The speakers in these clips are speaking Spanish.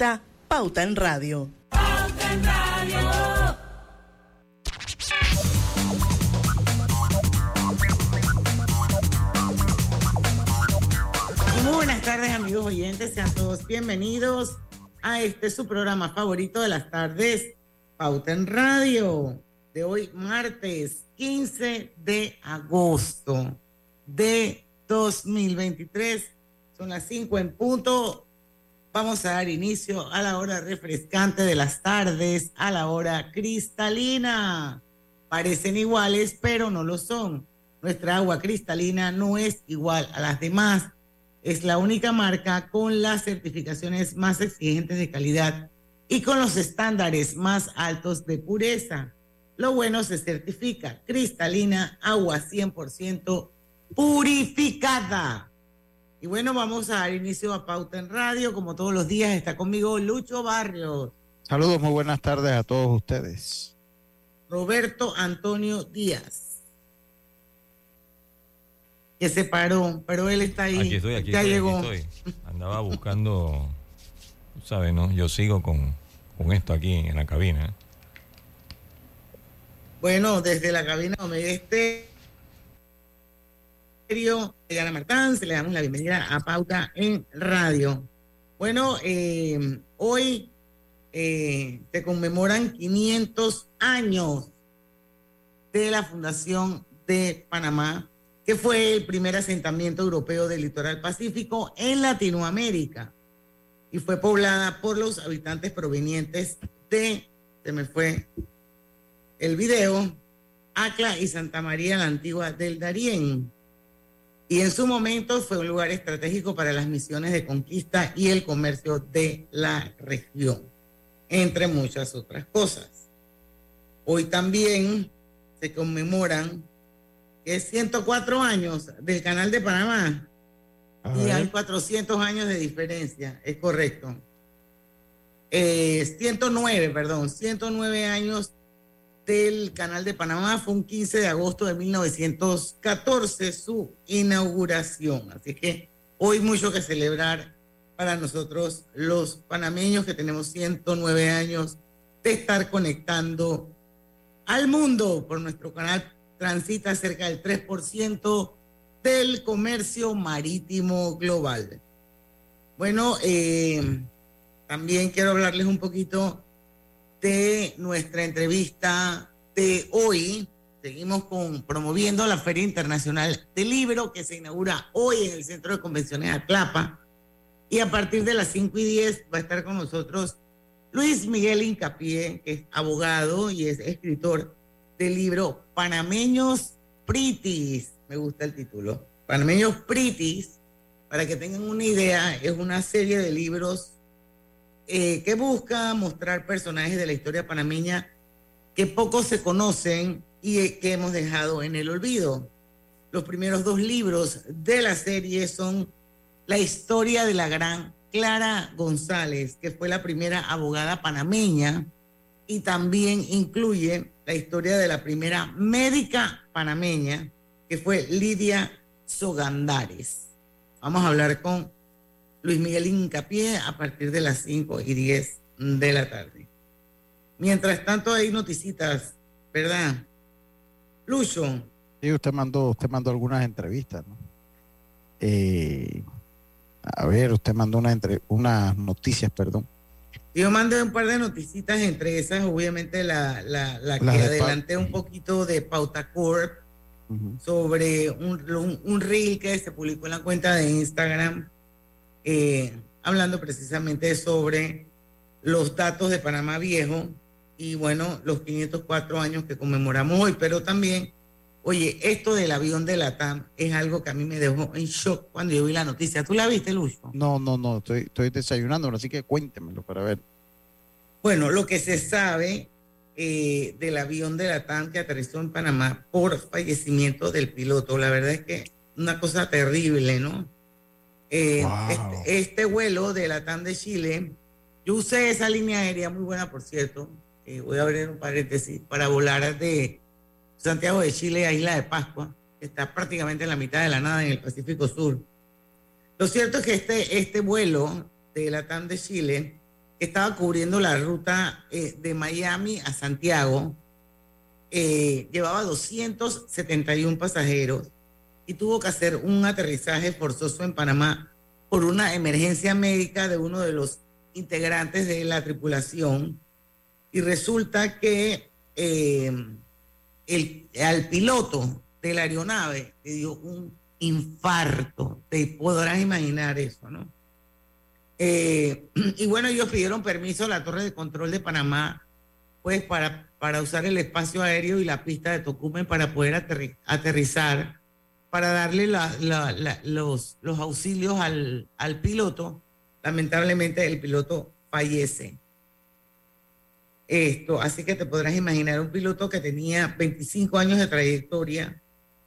presenta Pauta en Radio. Pauta en Radio. Muy buenas tardes, amigos oyentes, sean todos bienvenidos a su programa favorito de las tardes, Pauta en Radio, de hoy martes 15 de agosto de 2023, son las 5 en punto. Vamos a dar inicio a la hora refrescante de las tardes, a la hora cristalina. Parecen iguales, pero no lo son. Nuestra agua cristalina no es igual a las demás. Es la única marca con las certificaciones más exigentes de calidad y con los estándares más altos de pureza. Lo bueno se certifica. Cristalina, agua 100% purificada. Y bueno, vamos a dar inicio a Pauta en Radio. Como todos los días está conmigo Lucho Barrios. Saludos, muy buenas tardes a todos ustedes. Roberto Antonio Díaz, que se paró, pero él está ahí. Aquí estoy, ya llegó. Aquí estoy. Andaba buscando, ¿sabes, no? Yo sigo con esto aquí en la cabina. Bueno, desde la cabina Omega Estéreo, Diana Martán, le damos la bienvenida a Pauta en Radio. Bueno, hoy se conmemoran 500 años de la fundación de Panamá, que fue el primer asentamiento europeo del litoral pacífico en Latinoamérica y fue poblada por los habitantes provenientes de, se me fue el video, Acla y Santa María la Antigua del Darién. Y en su momento fue un lugar estratégico para las misiones de conquista y el comercio de la región, entre muchas otras cosas. Hoy también se conmemoran 104 años del Canal de Panamá. Y hay 400 años de diferencia, es correcto. 109 años del Canal de Panamá, fue un 15 de agosto de 1914 su inauguración. Así que hoy mucho que celebrar para nosotros los panameños que tenemos 109 años de estar conectando al mundo por nuestro canal. Transita cerca del 3% del comercio marítimo global. Bueno, también quiero hablarles un poquito de nuestra entrevista de hoy. Seguimos promoviendo la Feria Internacional del Libro, que se inaugura hoy en el Centro de Convenciones Atlapa. Y a partir de las 5:10 va a estar con nosotros Luis Miguel Hincapié, que es abogado y es escritor del libro Panameños Pritis. Me gusta el título. Panameños Pritis, para que tengan una idea, es una serie de libros que busca mostrar personajes de la historia panameña que pocos se conocen y que hemos dejado en el olvido. Los primeros 2 libros de la serie son la historia de la gran Clara González, que fue la primera abogada panameña, y también incluye la historia de la primera médica panameña, que fue Lidia Sogandares. Vamos a hablar con Luis Miguel Hincapié a partir de las 5:10 de la tarde. Mientras tanto hay noticitas, ¿verdad? Lucho. Sí, usted mandó algunas entrevistas, ¿no? A ver, usted mandó unas noticias, perdón. Yo mandé un par de noticitas, entre esas obviamente la que adelanté un poquito de Pauta Corp, sobre un reel que se publicó en la cuenta de Instagram, hablando precisamente sobre los datos de Panamá Viejo y bueno, los 504 años que conmemoramos hoy, pero también, oye, esto del avión de LATAM es algo que a mí me dejó en shock cuando yo vi la noticia. ¿Tú la viste, Lucho? No, estoy desayunando, así que cuéntemelo para ver. Bueno, lo que se sabe del avión de LATAM que aterrizó en Panamá por fallecimiento del piloto, la verdad es que una cosa terrible, ¿no? Wow. Este vuelo de LATAM de Chile, yo usé esa línea aérea muy buena, por cierto, voy a abrir un paréntesis, para volar de Santiago de Chile a Isla de Pascua, que está prácticamente en la mitad de la nada en el Pacífico Sur. Lo cierto es que este vuelo de LATAM de Chile, estaba cubriendo la ruta de Miami a Santiago. Llevaba 271 pasajeros y tuvo que hacer un aterrizaje forzoso en Panamá por una emergencia médica de uno de los integrantes de la tripulación. Y resulta que al piloto de la aeronave le dio un infarto. Te podrás imaginar eso, ¿no? Y bueno, ellos pidieron permiso a la Torre de Control de Panamá, pues para usar el espacio aéreo y la pista de Tocumen para poder aterrizar, para darle los auxilios al piloto. Lamentablemente el piloto fallece. Así que te podrás imaginar un piloto que tenía 25 años de trayectoria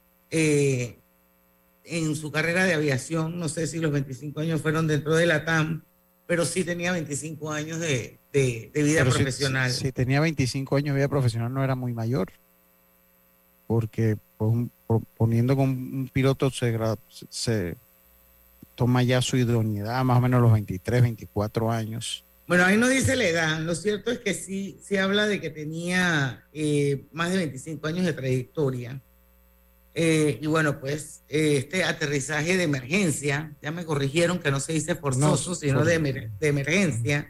en su carrera de aviación. No sé si los 25 años fueron dentro de la TAM, pero sí tenía 25 años de vida pero profesional. Si tenía 25 años de vida profesional no era muy mayor, porque poniendo con un piloto se toma ya su idoneidad más o menos a los 23, 24 años. Bueno, ahí no dice la edad. Lo cierto es que sí habla de que tenía más de 25 años de trayectoria. Y bueno, pues este aterrizaje de emergencia, ya me corrigieron que no se dice forzoso, sino de emergencia.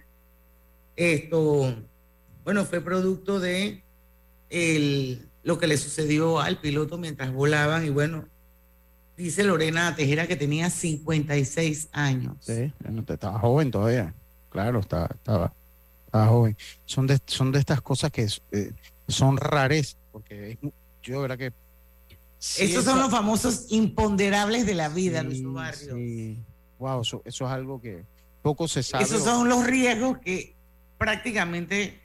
Bueno, fue producto de lo que le sucedió al piloto mientras volaban. Y bueno, dice Lorena Tejera que tenía 56 años. Sí, estaba joven todavía. Claro, estaba joven. Son de estas cosas que son rares, porque yo de verdad que... Esos son los famosos imponderables de la vida, Luis Barrios. Sí. Wow, eso es algo que poco se sabe. Esos son los riesgos que prácticamente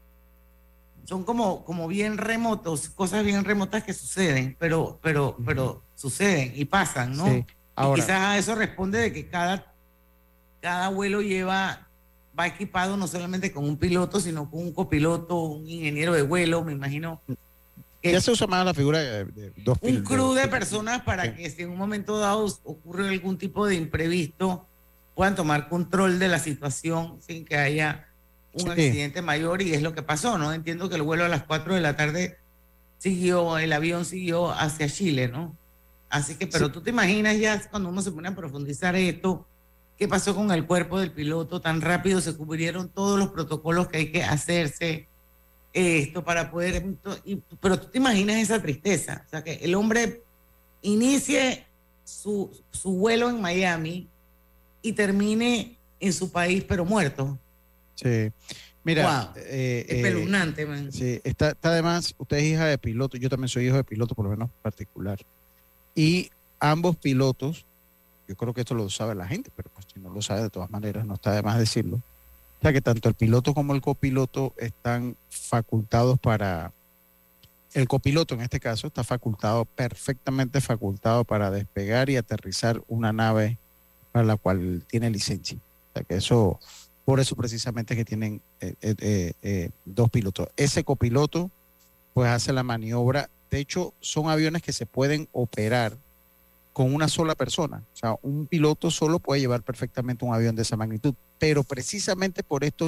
son como bien remotos, cosas bien remotas que suceden, pero suceden y pasan, ¿no? Sí. Ahora, y quizás a eso responde de que cada vuelo va equipado no solamente con un piloto, sino con un copiloto, un ingeniero de vuelo, me imagino. Ya se usa más la figura de dos pilotos. Un crew de personas para que si en un momento dado ocurre algún tipo de imprevisto, puedan tomar control de la situación sin que haya un accidente mayor, y es lo que pasó, ¿no? Entiendo que el vuelo a las 4 de la tarde el avión siguió hacia Chile, ¿no? Así que, pero tú te imaginas ya cuando uno se pone a profundizar esto, ¿qué pasó con el cuerpo del piloto? Tan rápido se cubrieron todos los protocolos que hay que hacerse para poder... Pero tú te imaginas esa tristeza. O sea, que el hombre inicie su vuelo en Miami y termine en su país, pero muerto. Sí. Mira... Wow. Espeluznante, man. Sí, está además, usted es hija de piloto, yo también soy hijo de piloto, por lo menos particular. Y ambos pilotos, yo creo que esto lo sabe la gente, pero pues si no lo sabe de todas maneras, no está de más decirlo. O sea que tanto el piloto como el copiloto están facultados el copiloto en este caso está perfectamente facultado para despegar y aterrizar una nave para la cual tiene licencia. O sea que por eso precisamente que tienen dos pilotos. Ese copiloto pues hace la maniobra. De hecho, son aviones que se pueden operar con una sola persona. O sea, un piloto solo puede llevar perfectamente un avión de esa magnitud, pero precisamente por estos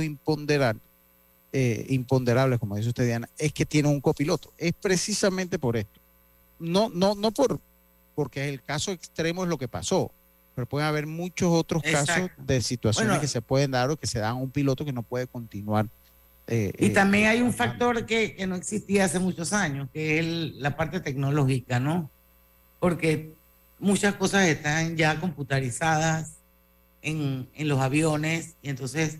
imponderables, como dice usted, Diana, es que tiene un copiloto. Es precisamente por esto. No porque el caso extremo es lo que pasó, pero pueden haber muchos otros casos de situaciones que se pueden dar o que se dan a un piloto que no puede continuar. Y también hay un factor que no existía hace muchos años, que es la parte tecnológica, ¿no? Porque muchas cosas están ya computarizadas en los aviones, y entonces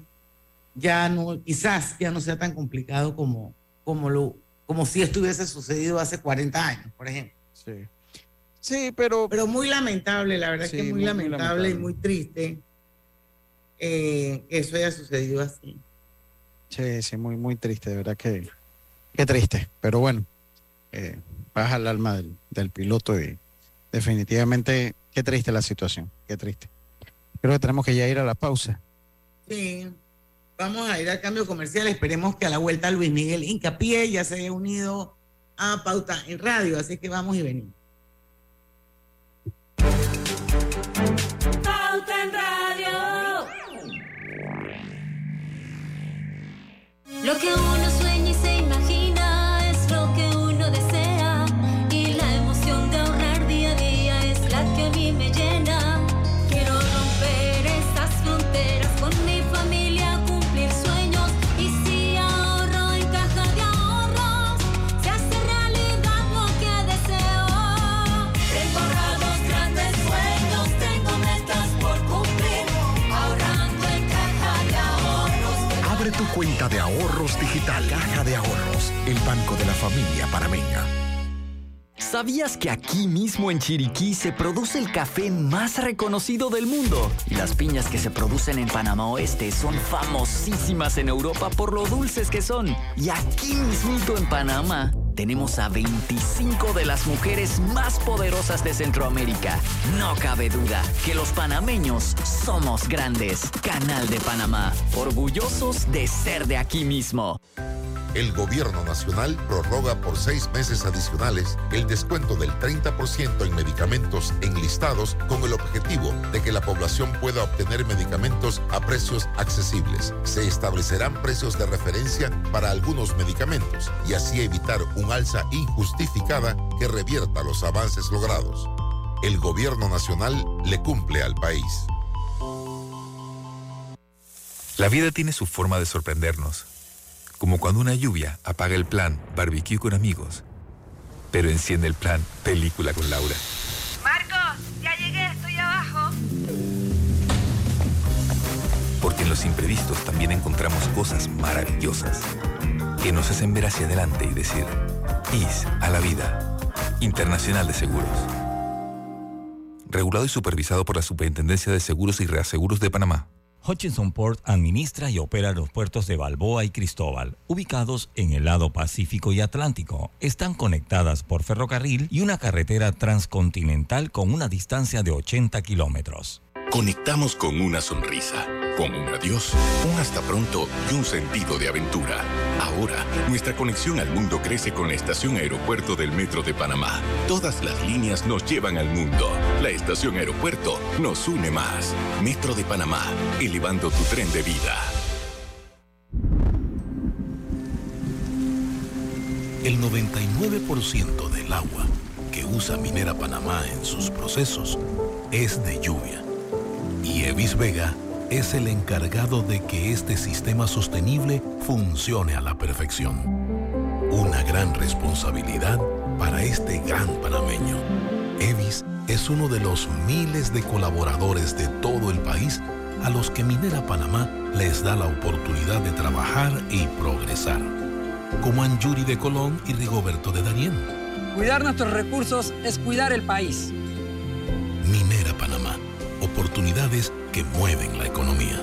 quizás ya no sea tan complicado como si esto hubiese sucedido hace 40 años, por ejemplo. Sí, pero muy lamentable, la verdad, sí, es que muy lamentable y muy triste que eso haya sucedido así. Sí, muy, muy triste, de verdad que qué triste, pero bueno, baja el alma del piloto y definitivamente qué triste la situación, qué triste. Creo que tenemos que ya ir a la pausa. Sí, vamos a ir al cambio comercial, esperemos que a la vuelta Luis Miguel Hincapié ya se haya unido a Pauta en Radio, así que vamos y venimos. Pauta en Radio. Lo que uno sueña y se imagina es lo que uno desea. Y la emoción de ahorrar día a día es la que a mí me llena. Quiero romper esas fronteras con mi familia, cumplir sueños. Y si ahorro en caja de ahorros, se hace realidad lo que deseo. Tengo ahorrados grandes sueños, tengo metas por cumplir. Ahorrando en caja de ahorros. Abre tu cuenta de ahorros digital. Caja de Ahorros, el banco de la familia panameña. ¿Sabías que aquí mismo en Chiriquí se produce el café más reconocido del mundo? Y las piñas que se producen en Panamá Oeste son famosísimas en Europa por lo dulces que son. Y aquí mismito en Panamá tenemos a 25 de las mujeres más poderosas de Centroamérica. No cabe duda que los panameños somos grandes. Canal de Panamá, orgullosos de ser de aquí mismo. El Gobierno Nacional prorroga por 6 meses adicionales el descuento del 30% en medicamentos enlistados con el objetivo de que la población pueda obtener medicamentos a precios accesibles. Se establecerán precios de referencia para algunos medicamentos y así evitar un alza injustificada que revierta los avances logrados. El Gobierno Nacional le cumple al país. La vida tiene su forma de sorprendernos. Como cuando una lluvia apaga el plan barbecue con amigos, pero enciende el plan película con Laura. Marcos, ya llegué, estoy abajo. Porque en los imprevistos también encontramos cosas maravillosas que nos hacen ver hacia adelante y decir, IS a la vida. Internacional de Seguros. Regulado y supervisado por la Superintendencia de Seguros y Reaseguros de Panamá. Hutchinson Port administra y opera los puertos de Balboa y Cristóbal, ubicados en el lado Pacífico y Atlántico. Están conectadas por ferrocarril y una carretera transcontinental con una distancia de 80 kilómetros. Conectamos con una sonrisa, con un adiós, un hasta pronto y un sentido de aventura. Ahora, nuestra conexión al mundo crece con la estación aeropuerto del Metro de Panamá. Todas las líneas nos llevan al mundo. La estación aeropuerto nos une más. Metro de Panamá, elevando tu tren de vida. El 99% del agua que usa Minera Panamá en sus procesos es de lluvia. Y Evis Vega es el encargado de que este sistema sostenible funcione a la perfección. Una gran responsabilidad para este gran panameño. Evis es uno de los miles de colaboradores de todo el país a los que Minera Panamá les da la oportunidad de trabajar y progresar. Como Anjuri de Colón y Rigoberto de Darién. Cuidar nuestros recursos es cuidar el país. Minera Panamá. Oportunidades que mueven la economía.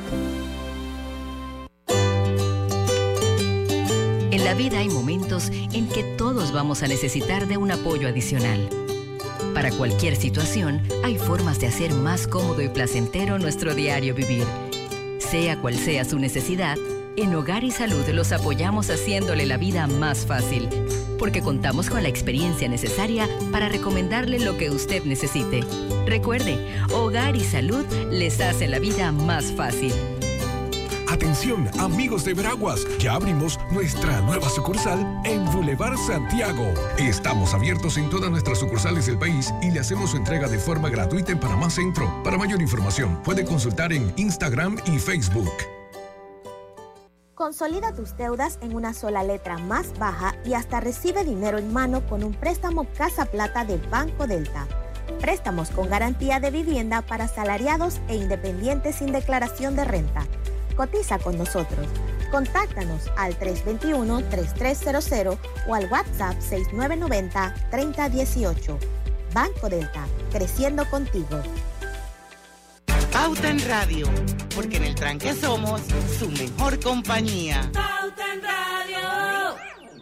En la vida hay momentos en que todos vamos a necesitar de un apoyo adicional. Para cualquier situación, hay formas de hacer más cómodo y placentero nuestro diario vivir. Sea cual sea su necesidad, en Hogar y Salud los apoyamos haciéndole la vida más fácil, porque contamos con la experiencia necesaria para recomendarle lo que usted necesite. Recuerde, Hogar y Salud les hace la vida más fácil. Atención, amigos de Veraguas, ya abrimos nuestra nueva sucursal en Boulevard Santiago. Estamos abiertos en todas nuestras sucursales del país y le hacemos su entrega de forma gratuita en Panamá Centro. Para mayor información, puede consultar en Instagram y Facebook. Consolida tus deudas en una sola letra más baja y hasta recibe dinero en mano con un préstamo Casa Plata de Banco Delta. Préstamos con garantía de vivienda para asalariados e independientes sin declaración de renta. Cotiza con nosotros. Contáctanos al 321-3300 o al WhatsApp 6990-3018. Banco Delta, creciendo contigo. Pauta en Radio, porque en el tranque somos su mejor compañía. Pauta en Radio.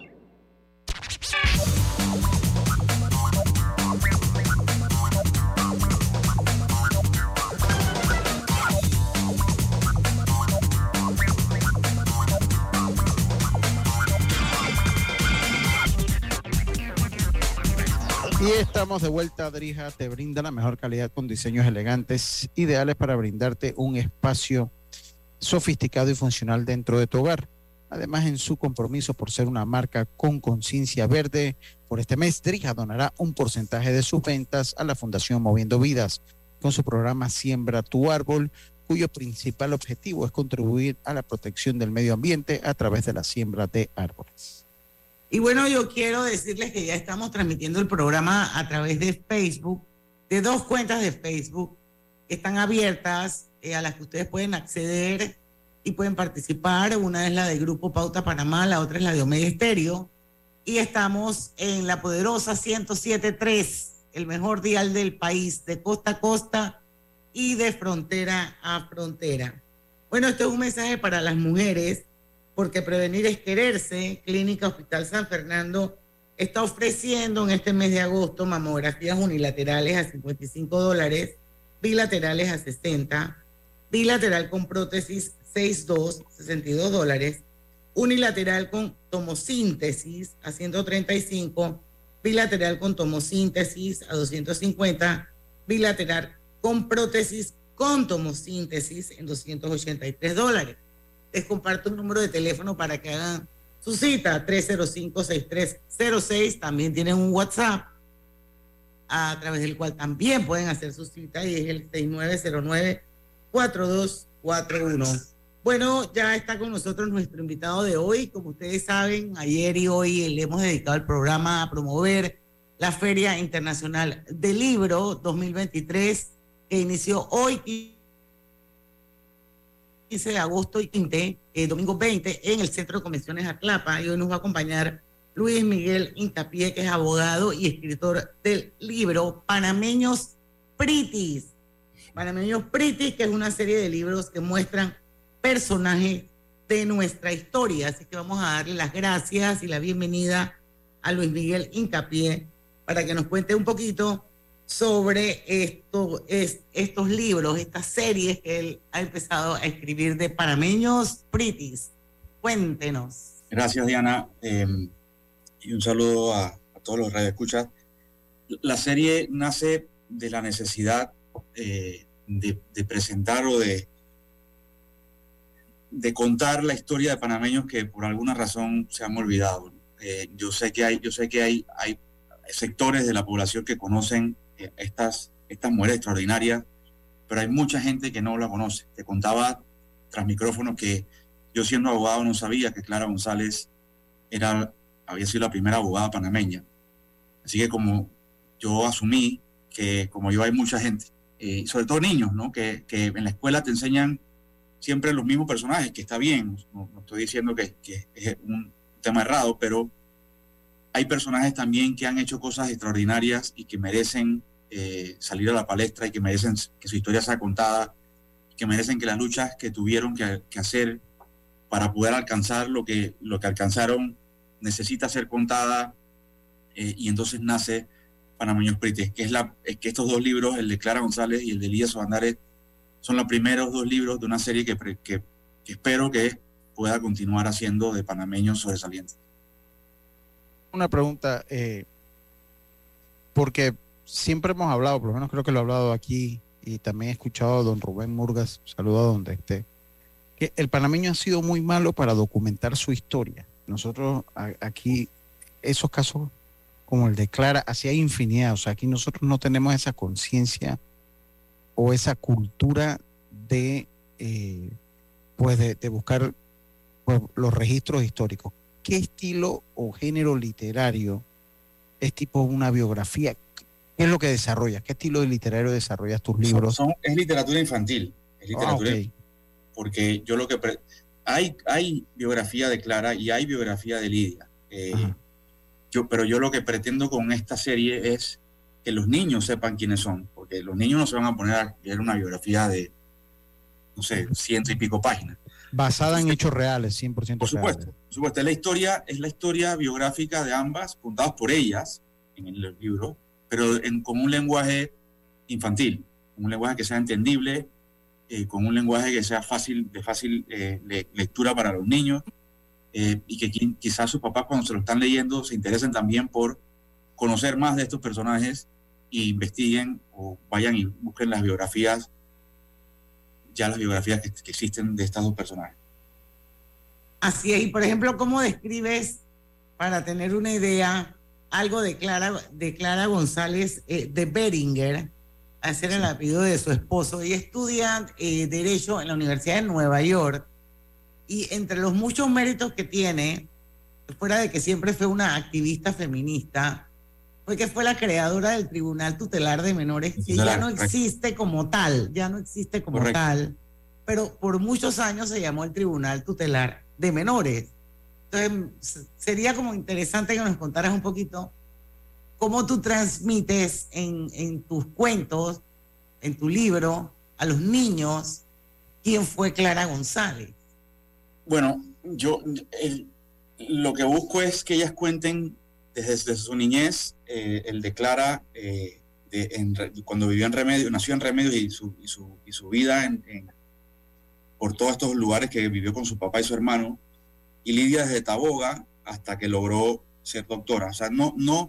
Y estamos de vuelta. Drija te brinda la mejor calidad con diseños elegantes, ideales para brindarte un espacio sofisticado y funcional dentro de tu hogar. Además, en su compromiso por ser una marca con conciencia verde, por este mes Drija donará un porcentaje de sus ventas a la Fundación Moviendo Vidas con su programa Siembra tu Árbol, cuyo principal objetivo es contribuir a la protección del medio ambiente a través de la siembra de árboles. Y bueno, yo quiero decirles que ya estamos transmitiendo el programa a través de Facebook, de 2 cuentas de Facebook que están abiertas, a las que ustedes pueden acceder y pueden participar. Una es la del Grupo Pauta Panamá, la otra es la de Omega Estéreo. Y estamos en la poderosa 107.3, el mejor dial del país, de costa a costa y de frontera a frontera. Bueno, este es un mensaje para las mujeres, porque prevenir es quererse. Clínica Hospital San Fernando está ofreciendo en este mes de agosto mamografías unilaterales a $55, bilaterales a $60, bilateral con prótesis 6.2, $62, unilateral con tomosíntesis a $135, bilateral con tomosíntesis a $250, bilateral con prótesis con tomosíntesis en $283. Les comparto un número de teléfono para que hagan su cita, 305-6306. También tienen un WhatsApp a través del cual también pueden hacer su cita, y es el 6909-4241. Bueno, ya está con nosotros nuestro invitado de hoy. Como ustedes saben, ayer y hoy le hemos dedicado el programa a promover la Feria Internacional del Libro 2023, que inició hoy, 15 de agosto y 20, domingo 20, en el Centro de Convenciones Atlapa. Y hoy nos va a acompañar Luis Miguel Hincapié, que es abogado y escritor del libro Panameños Pritis. Panameños Pritis, que es una serie de libros que muestran personajes de nuestra historia. Así que vamos a darle las gracias y la bienvenida a Luis Miguel Hincapié para que nos cuente un poquito sobre estos libros, estas series que él ha empezado a escribir de Panameños Pritis. Cuéntenos. Gracias, Diana, y un saludo a todos los radioescuchas. La serie nace de la necesidad de presentar o de contar la historia de panameños que por alguna razón se han olvidado. Yo sé que hay sectores de la población que conocen estas mujeres extraordinarias, pero hay mucha gente que no la conoce. Te contaba tras micrófono que yo, siendo abogado, no sabía que Clara González había sido la primera abogada panameña. Así que como yo asumí que como yo hay mucha gente, sobre todo niños, ¿no? que en la escuela te enseñan siempre los mismos personajes, que está bien, no estoy diciendo que es un tema errado, pero hay personajes también que han hecho cosas extraordinarias y que merecen salir a la palestra, y que merecen que su historia sea contada, que merecen que las luchas que tuvieron que hacer para poder alcanzar lo que alcanzaron necesita ser contada, y entonces nace Panameños Pritis, que que estos 2 libros, el de Clara González y el de Elías Sobandares, son los primeros 2 libros de una serie que espero que pueda continuar haciendo de panameños sobresalientes. Una pregunta, porque siempre hemos hablado, por lo menos creo que lo he hablado aquí, y también he escuchado a don Rubén Murgas, saludo a donde esté, que el panameño ha sido muy malo para documentar su historia. Nosotros aquí, esos casos como el de Clara, así hay infinidad. O sea, aquí nosotros no tenemos esa conciencia o esa cultura de buscar los registros históricos. ¿Qué estilo o género literario es tipo una biografía? ¿Qué es lo que desarrollas? ¿Qué estilo de literario desarrollas tus libros? Es literatura infantil. Es literatura, porque yo lo que... Hay biografía de Clara y hay biografía de Lidia. Pero yo lo que pretendo con esta serie es que los niños sepan quiénes son, porque los niños no se van a poner a leer una biografía de, no sé, 100 y pico páginas. Basada en hechos reales, 100% por supuesto, reales. Por supuesto, es la historia biográfica de ambas, contadas por ellas en el libro, pero con un lenguaje infantil, un lenguaje que sea entendible, con un lenguaje que sea de fácil lectura para los niños, y que quizás sus papás, cuando se lo están leyendo, se interesen también por conocer más de estos personajes e investiguen o vayan y busquen las biografías que existen de estos 2 personajes. Así es, y por ejemplo, ¿cómo describes, para tener una idea, algo de Clara González de Beringer, hacer el apellido de su esposo? Ella estudia Derecho en la Universidad de Nueva York, y entre los muchos méritos que tiene, fuera de que siempre fue una activista feminista, fue que fue la creadora del Tribunal Tutelar de Menores, que ya no existe como tal, tal, pero por muchos años se llamó el Tribunal Tutelar de Menores. Entonces, sería como interesante que nos contaras un poquito cómo tú transmites en tus cuentos, en tu libro, a los niños, quién fue Clara González. Bueno, yo lo que busco es que ellas cuenten desde su niñez, el de Clara, cuando vivió en Remedios, nació en Remedios, y su vida por todos estos lugares que vivió con su papá y su hermano, y Lidia desde Taboga hasta que logró ser doctora. O sea, no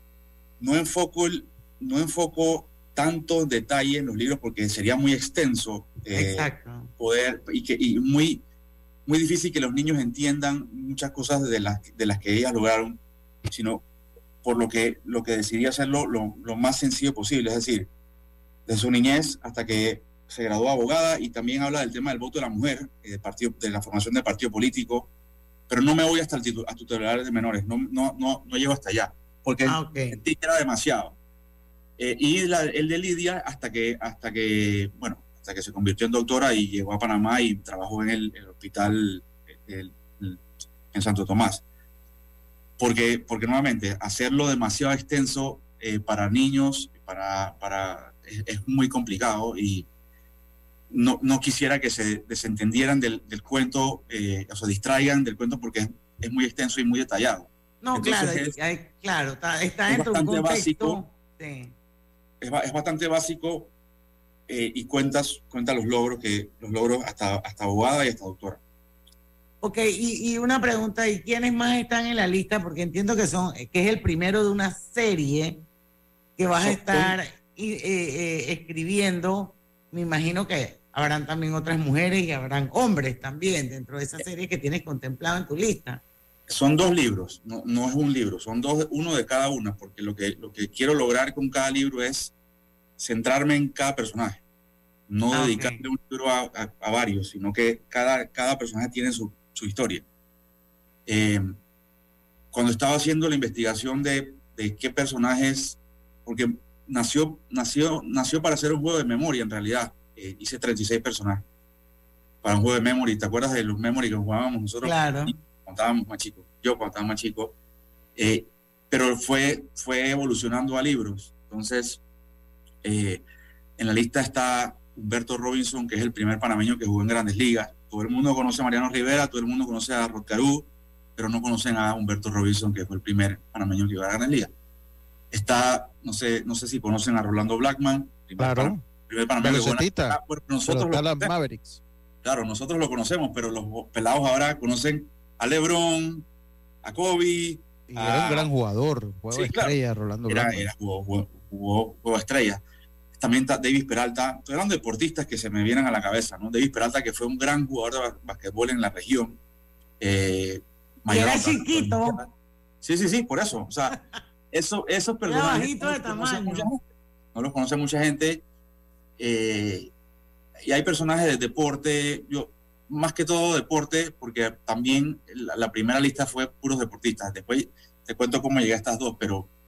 enfoco tanto detalle en los libros porque sería muy extenso poder, y muy, muy difícil que los niños entiendan muchas cosas de las que ellas lograron, sino por lo que decidí hacerlo lo más sencillo posible, es decir, de su niñez hasta que se graduó abogada, y también habla del tema del voto de la mujer, de la formación del partido político, pero no me voy hasta a tutelar de menores, no llego hasta allá, porque sentí que era demasiado. Y el de Lidia hasta que se convirtió en doctora y llegó a Panamá y trabajó en el hospital en Santo Tomás. Porque nuevamente, hacerlo demasiado extenso para niños es muy complicado, y no quisiera que se desentendieran del cuento, o se distraigan del cuento, porque es muy extenso y muy detallado. No, entonces, claro, está dentro de un contexto básico. Sí. Es bastante básico, y cuenta los logros hasta abogada y hasta doctora. Ok, y una pregunta, ¿y quiénes más están en la lista? Porque entiendo que es el primero de una serie que vas a estar escribiendo. Me imagino que habrán también otras mujeres y habrán hombres también dentro de esa serie que tienes contemplado en tu lista. Son 2 libros, no es un libro, son 2, uno de cada una, porque lo que quiero lograr con cada libro es centrarme en cada personaje, no dedicarle un libro a varios, sino que cada personaje tiene su historia. Cuando estaba haciendo la investigación de qué personajes, porque nació para hacer un juego de memoria, en realidad, hice 36 personajes para un juego de memory. ¿Te acuerdas de los memory que jugábamos nosotros? Claro. Cuando estábamos más chicos, cuando estaba más chico, pero fue evolucionando a libros. Entonces, en la lista está Humberto Robinson, que es el primer panameño que jugó en Grandes Ligas. Todo el mundo conoce a Mariano Rivera, todo el mundo conoce a Rod Carew, pero no conocen a Humberto Robinson, que fue el primer panameño que iba a Grandes Ligas. Está, no sé si conocen a Rolando Blackman, claro, primer panameño que nosotros Mavericks. Claro, nosotros lo conocemos, pero los pelados ahora conocen a LeBron, a Kobe. Y era un gran jugador, juego estrella, claro. Rolando Blackman. Jugó juego estrella. También está Davis Peralta. Estoy hablando de deportistas que se me vienen a la cabeza, ¿no? Davis Peralta, que fue un gran jugador de basquetbol en la región. Era chiquito. Sí, por eso. O sea, esos personajes bajito de tamaño. No los conoce mucha gente. Y hay personajes de deporte, más que todo deporte, porque también la primera lista fue puros deportistas. Después te cuento cómo llegué a estas 2,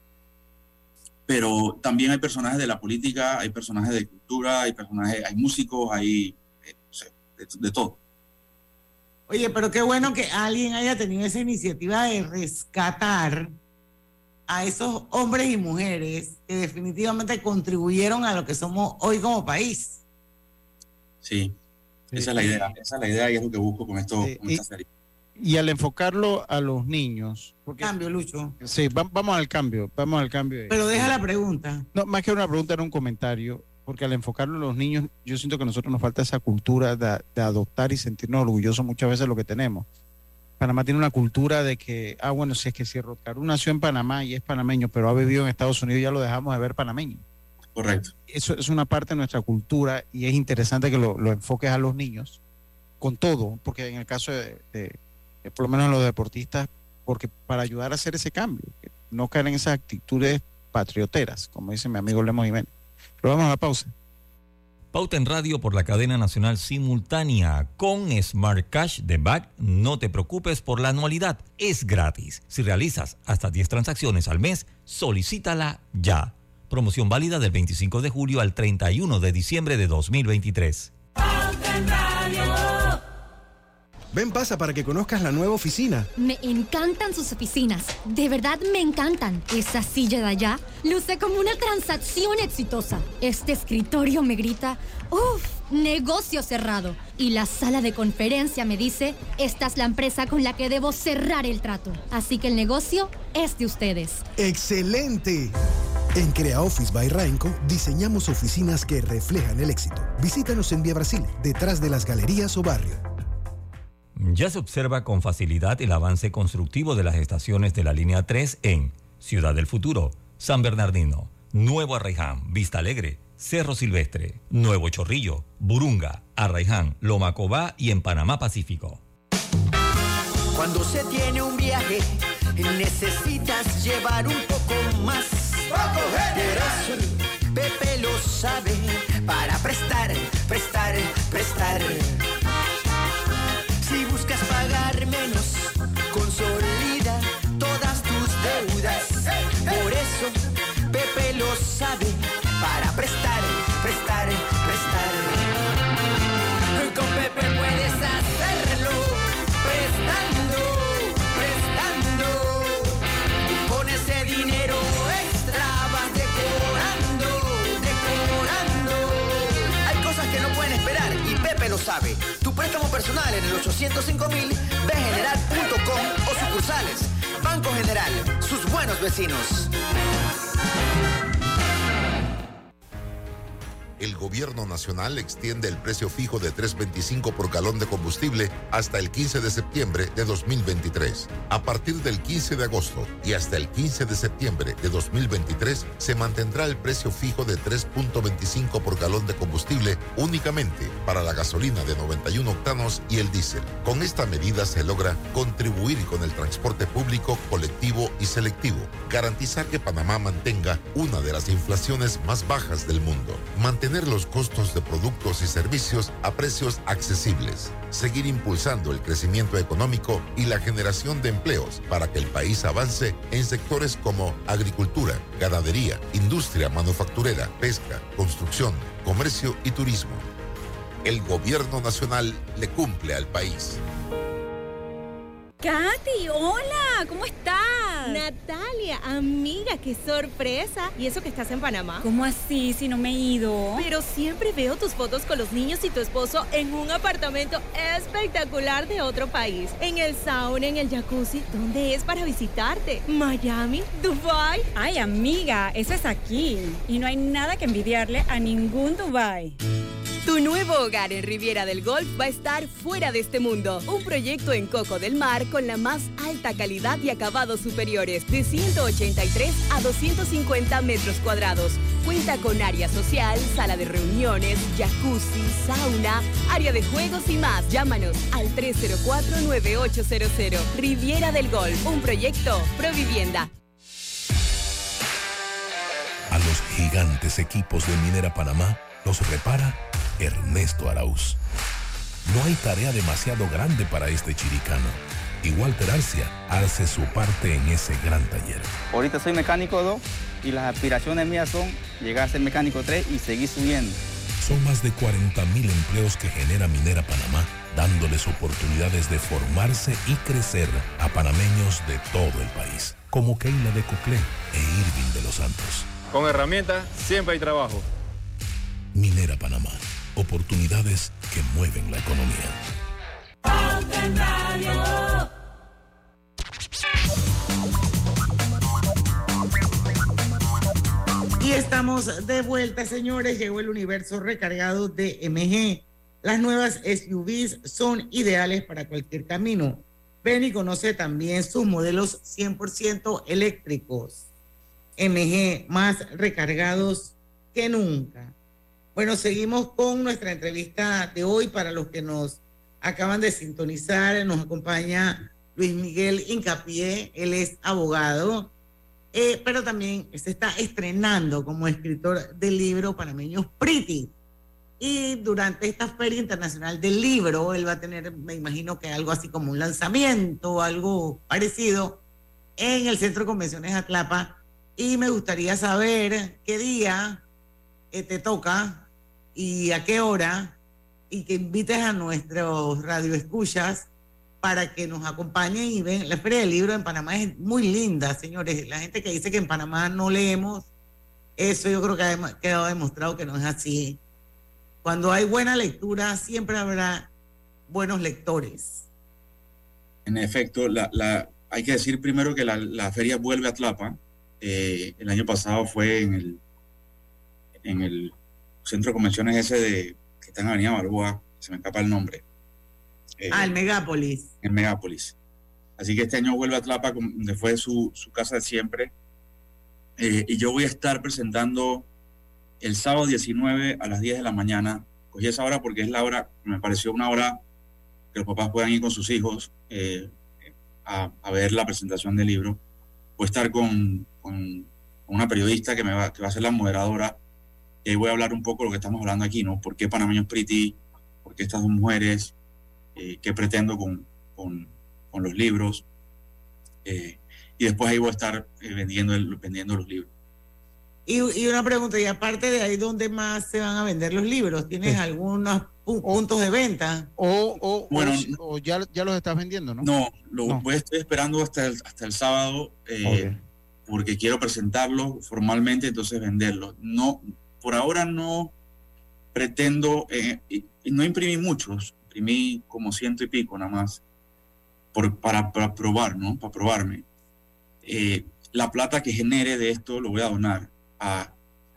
pero también hay personajes de la política, hay personajes de cultura, hay músicos, hay de todo. Oye, pero qué bueno que alguien haya tenido esa iniciativa de rescatar a esos hombres y mujeres que definitivamente contribuyeron a lo que somos hoy como país. Sí, esa es la idea y es lo que busco con esta serie. Y al enfocarlo a los niños. Cambio, Lucho. Sí, vamos al cambio. Pero deja la pregunta. No, más que una pregunta, era un comentario, porque al enfocarlo a los niños, yo siento que a nosotros nos falta esa cultura de adoptar y sentirnos orgullosos muchas veces de lo que tenemos. Panamá tiene una cultura de que, si es que si Rod Carew nació en Panamá y es panameño, pero ha vivido en Estados Unidos, ya lo dejamos de ver panameño. Correcto. Eso es una parte de nuestra cultura y es interesante que lo enfoques a los niños con todo, porque en el caso de por lo menos los deportistas, porque para ayudar a hacer ese cambio, que no caer en esas actitudes patrioteras, como dice mi amigo Lemos Jiménez. Pero vamos a la pausa. Pauta en Radio por la cadena nacional simultánea. Con Smart Cash de BAC, no te preocupes por la anualidad, es gratis. Si realizas hasta 10 transacciones al mes, solicítala ya. Promoción válida del 25 de julio al 31 de diciembre de 2023. Pauta en Radio. Ven, pasa para que conozcas la nueva oficina. Me encantan sus oficinas. De verdad me encantan. Esa silla de allá luce como una transacción exitosa. Este escritorio me grita, ¡uf! Negocio cerrado. Y la sala de conferencia me dice, esta es la empresa con la que debo cerrar el trato. Así que el negocio es de ustedes. ¡Excelente! En Crea Office by Rainco diseñamos oficinas que reflejan el éxito. Visítanos en Vía Brasil, detrás de las galerías o barrio. Ya se observa con facilidad el avance constructivo de las estaciones de la línea 3 en Ciudad del Futuro, San Bernardino, Nuevo Arraiján, Vista Alegre, Cerro Silvestre, Nuevo Chorrillo, Burunga, Arraiján, Lomacobá y en Panamá Pacífico. Cuando se tiene un viaje, necesitas llevar un poco más. Pero eso Pepe lo sabe, para prestar. Si buscas pagar menos, consolida todas tus deudas. Por eso Pepe lo sabe, para prestar. Con Pepe puedes hacerlo, prestando. Con ese dinero extra vas decorando. Hay cosas que no pueden esperar y Pepe lo sabe. Tu préstamo personal en el 805.000, bgeneral.com o sucursales. Banco General, sus buenos vecinos. El gobierno nacional extiende el precio fijo de $3.25 por galón de combustible hasta el 15 de septiembre de 2023. A partir del 15 de agosto y hasta el 15 de septiembre de 2023 se mantendrá el precio fijo de $3.25 por galón de combustible únicamente para la gasolina de 91 octanos y el diésel. Con esta medida se logra contribuir con el transporte público, colectivo y selectivo, garantizar que Panamá mantenga una de las inflaciones más bajas del mundo, mantener los costos de productos y servicios a precios accesibles, seguir impulsando el crecimiento económico y la generación de empleos para que el país avance en sectores como agricultura, ganadería, industria manufacturera, pesca, construcción, comercio y turismo. El gobierno nacional le cumple al país. Katy, hola, ¿cómo estás? Natalia, amiga, qué sorpresa. ¿Y eso que estás en Panamá? ¿Cómo así, si no me he ido? Pero siempre veo tus fotos con los niños y tu esposo en un apartamento espectacular de otro país. En el sauna, en el jacuzzi. ¿Dónde es para visitarte? ¿Miami? ¿Dubái? Ay, amiga, eso es aquí. Y no hay nada que envidiarle a ningún Dubái. Tu nuevo hogar en Riviera del Golf va a estar fuera de este mundo. Un proyecto en Coco del Mar con la más alta calidad y acabados superiores, de 183 a 250 metros cuadrados. Cuenta con área social, sala de reuniones, jacuzzi, sauna, área de juegos y más. Llámanos al 304-9800. Riviera del Golf, un proyecto Provivienda. A los gigantes equipos de Minera Panamá los repara Ernesto Arauz. No hay tarea demasiado grande para este chiricano. Y Walter Arcia hace su parte en ese gran taller. Ahorita soy mecánico 2 y las aspiraciones mías son llegar a ser mecánico 3 y seguir subiendo. Son más de 40,000 empleos que genera Minera Panamá, dándoles oportunidades de formarse y crecer a panameños de todo el país, como Keila de Coclé e Irving de los Santos. Con herramientas siempre hay trabajo. Minera Panamá. Oportunidades que mueven la economía. Y estamos de vuelta, señores. Llegó el universo recargado de MG. Las nuevas SUVs son ideales para cualquier camino. Ven y conoce también sus modelos 100% eléctricos. MG, más recargados que nunca. Bueno, seguimos con nuestra entrevista de hoy. Para los que nos acaban de sintonizar, nos acompaña Luis Miguel Hincapié. Él es abogado, pero también se está estrenando como escritor del libro Panameños Pretty. Y durante esta Feria Internacional del Libro, él va a tener, me imagino que algo así como un lanzamiento, algo parecido, en el Centro de Convenciones Atlapa. Y me gustaría saber qué día te toca y a qué hora, y que invites a nuestros radioescuchas para que nos acompañen y ven. La Feria del Libro en Panamá es muy linda, señores. La gente que dice que en Panamá no leemos, eso yo creo que ha quedado demostrado que no es así. Cuando hay buena lectura, siempre habrá buenos lectores. En efecto, hay que decir primero que la feria vuelve a Atlapa. El año pasado fue en el centro de convenciones ese que está en Avenida Balboa, se me escapa el nombre. El Megápolis. En Megápolis. Así que este año vuelve a Atlapa, donde fue su casa de siempre. Y yo voy a estar presentando el sábado 19 a las 10 de la mañana. Cogí esa hora porque es la hora, me pareció una hora que los papás puedan ir con sus hijos a ver la presentación del libro. Voy a estar con una periodista que va a ser la moderadora, y ahí voy a hablar un poco de lo que estamos hablando aquí, ¿no? ¿Por qué Panameños Pretty? ¿Por qué estas dos mujeres? ¿Qué pretendo con los libros? Y después ahí voy a estar vendiendo los libros. Y una pregunta, y aparte de ahí, ¿dónde más se van a vender los libros? ¿Tienes algunos puntos de venta? Bueno, ya los estás vendiendo, ¿no? No, estoy esperando hasta el sábado, porque quiero presentarlos formalmente, entonces venderlos. No, por ahora no pretendo, no imprimí muchos, imprimí como 100 y pico nada más, para probar, ¿no? Para probarme. La plata que genere de esto lo voy a donar a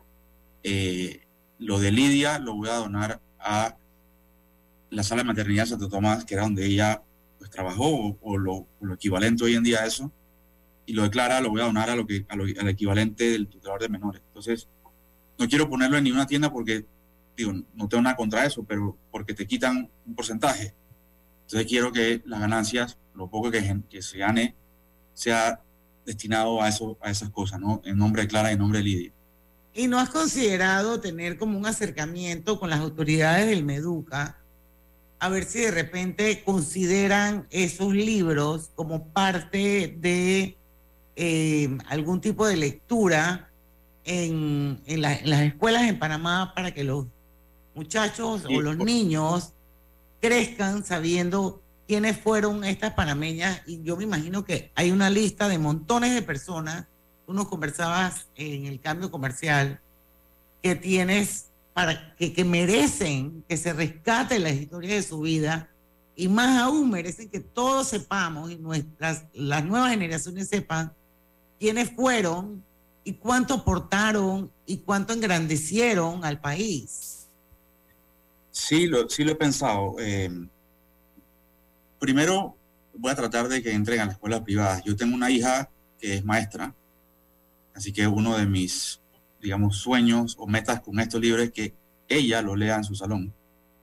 lo de Lidia, lo voy a donar a la sala de maternidad Santo Tomás, que era donde ella pues trabajó, o lo equivalente hoy en día a eso, y lo de Clara lo voy a donar al equivalente del tutelador de menores. Entonces, no quiero ponerlo en ninguna tienda porque, digo, no tengo nada contra eso, pero porque te quitan un porcentaje. Entonces quiero que las ganancias, lo poco que se gane, sea destinado a esas cosas, ¿no? En nombre de Clara y en nombre de Lidia. ¿Y no has considerado tener como un acercamiento con las autoridades del Meduca, a ver si de repente consideran esos libros como parte de algún tipo de lectura en las escuelas en Panamá, para que los muchachos o los niños crezcan sabiendo quiénes fueron estas panameñas? Y yo me imagino que hay una lista de montones de personas, tú nos conversabas en el cambio comercial, que tienes para que merecen que se rescate la historia de su vida, y más aún merecen que todos sepamos y las nuevas generaciones sepan quiénes fueron y cuánto aportaron y cuánto engrandecieron al país. Sí, lo he pensado. Primero voy a tratar de que entren a las escuelas privadas. Yo tengo una hija que es maestra, así que uno de mis, digamos, sueños o metas con estos libros es que ella lo lea en su salón.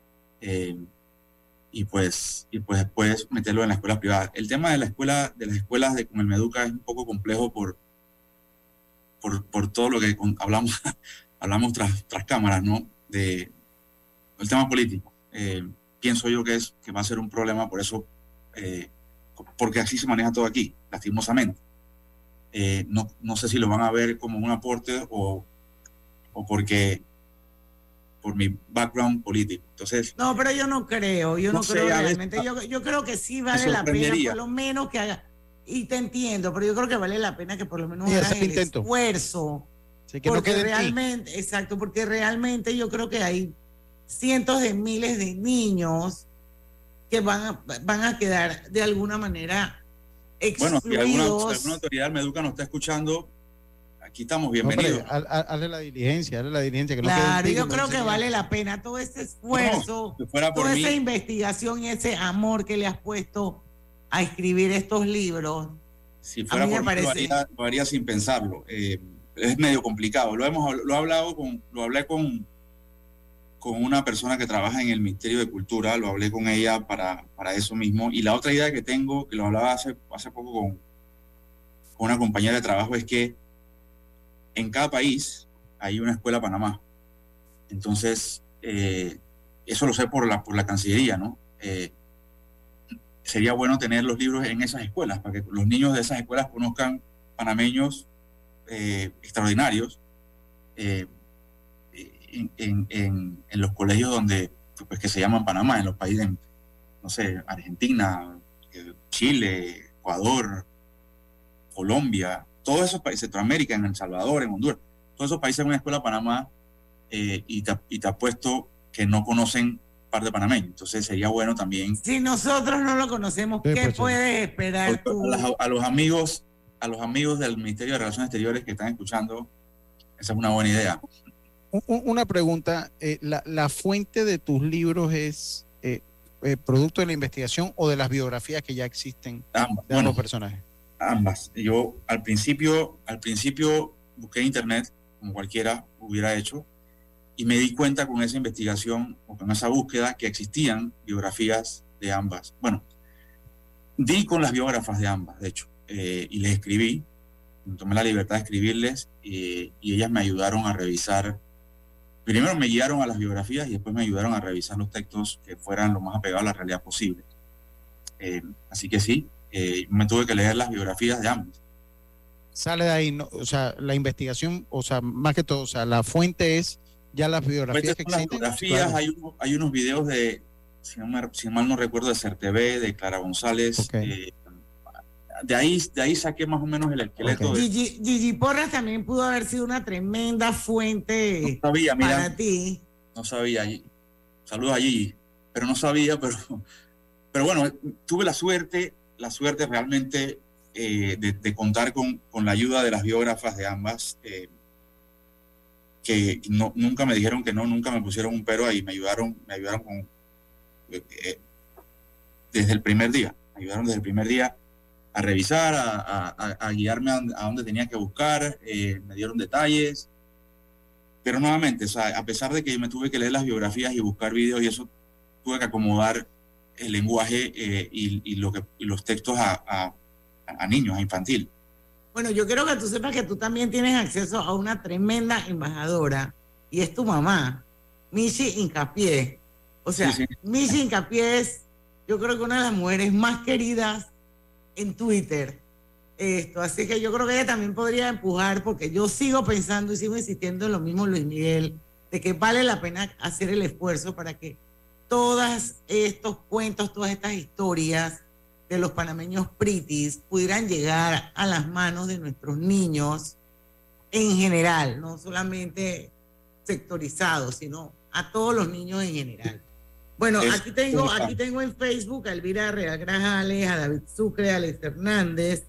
Y pues después meterlo en las escuelas privadas. El tema de las escuelas con el Meduca es un poco complejo por todo lo que hablamos tras cámaras, ¿no? El tema político. Pienso yo que va a ser un problema por eso, porque así se maneja todo aquí, lastimosamente. No sé si lo van a ver como un aporte o porque por mi background político. Entonces, no, pero yo no creo realmente. Yo creo que sí vale la pena, por lo menos que haga, y te entiendo, pero yo creo que vale la pena que por lo menos hagas el esfuerzo. Sí, que porque no realmente, exacto, porque realmente yo creo que hay cientos de miles de niños que van a quedar de alguna manera excluidos. Bueno, si alguna autoridad del Meduca nos está escuchando, aquí estamos bienvenidos. No, hazle la diligencia. Que claro, no yo creo que vale la pena todo ese esfuerzo, toda esa investigación y ese amor que le has puesto a escribir estos libros. Si fuera por mí, lo haría sin pensarlo. Es medio complicado. Lo hablé con con una persona que trabaja en el Ministerio de Cultura, lo hablé con ella para eso mismo. Y la otra idea que tengo, que lo hablaba hace poco con una compañera de trabajo, es que en cada país hay una escuela Panamá. Entonces, eso lo sé por la Cancillería, ¿no? Sería bueno tener los libros en esas escuelas, para que los niños de esas escuelas conozcan panameños extraordinarios en los colegios donde, pues, que se llaman Panamá, en los países, no sé, Argentina, Chile, Ecuador, Colombia, todos esos países, Centroamérica, en El Salvador, en Honduras, todos esos países en una escuela Panamá, y te apuesto que no conocen parte panameño. Entonces sería bueno también. Si nosotros no lo conocemos, Sí, ¿qué pues, puedes esperar tú? A los amigos del Ministerio de Relaciones Exteriores que están escuchando, esa es una buena idea. Una pregunta, ¿la fuente de tus libros es producto de la investigación o de las biografías que ya existen de ambos personajes? Ambas. Yo al principio busqué en internet, como cualquiera hubiera hecho, y me di cuenta con esa investigación o con esa búsqueda que existían biografías de ambas. Bueno, di con las biógrafas de ambas, de hecho, y les escribí, me tomé la libertad de escribirles, y ellas me ayudaron a revisar. Primero me guiaron a las biografías y después me ayudaron a revisar los textos que fueran lo más apegados a la realidad posible. Así que sí, me tuve que leer las biografías de ambas. Sale de ahí, ¿no? O sea, la investigación, o sea, más que todo, o sea, la fuente es ya las biografías que existen. Las biografías, claro. Hay unos videos de, si mal no recuerdo, de CERTV, de Clara González. Okay. De ahí saqué más o menos el esqueleto. Okay. Gigi Porras también pudo haber sido una tremenda fuente para ti. No sabía. Saludos a Gigi, pero no sabía, pero bueno, tuve la suerte realmente de contar con la ayuda de las biógrafas de ambas, que nunca me dijeron que no, nunca me pusieron un pero ahí, me ayudaron con desde el primer día, a revisar, a guiarme a donde tenía que buscar, me dieron detalles, pero nuevamente, o sea, a pesar de que me tuve que leer las biografías y buscar videos y eso, tuve que acomodar el lenguaje y los textos a niños, a infantil. Bueno, yo quiero que tú sepas que tú también tienes acceso a una tremenda embajadora, y es tu mamá, Michi Hincapié. O sea, sí. Michi Hincapié es, yo creo que una de las mujeres más queridas en Twitter. Así que yo creo que ella también podría empujar, porque yo sigo pensando y sigo insistiendo en lo mismo, Luis Miguel, de que vale la pena hacer el esfuerzo para que todos estos cuentos, todas estas historias de los panameños pritis pudieran llegar a las manos de nuestros niños en general, no solamente sectorizados, sino a todos los niños en general. Bueno, aquí tengo en Facebook a Elvira Real Grajales, a David Sucre, a Alex Hernández,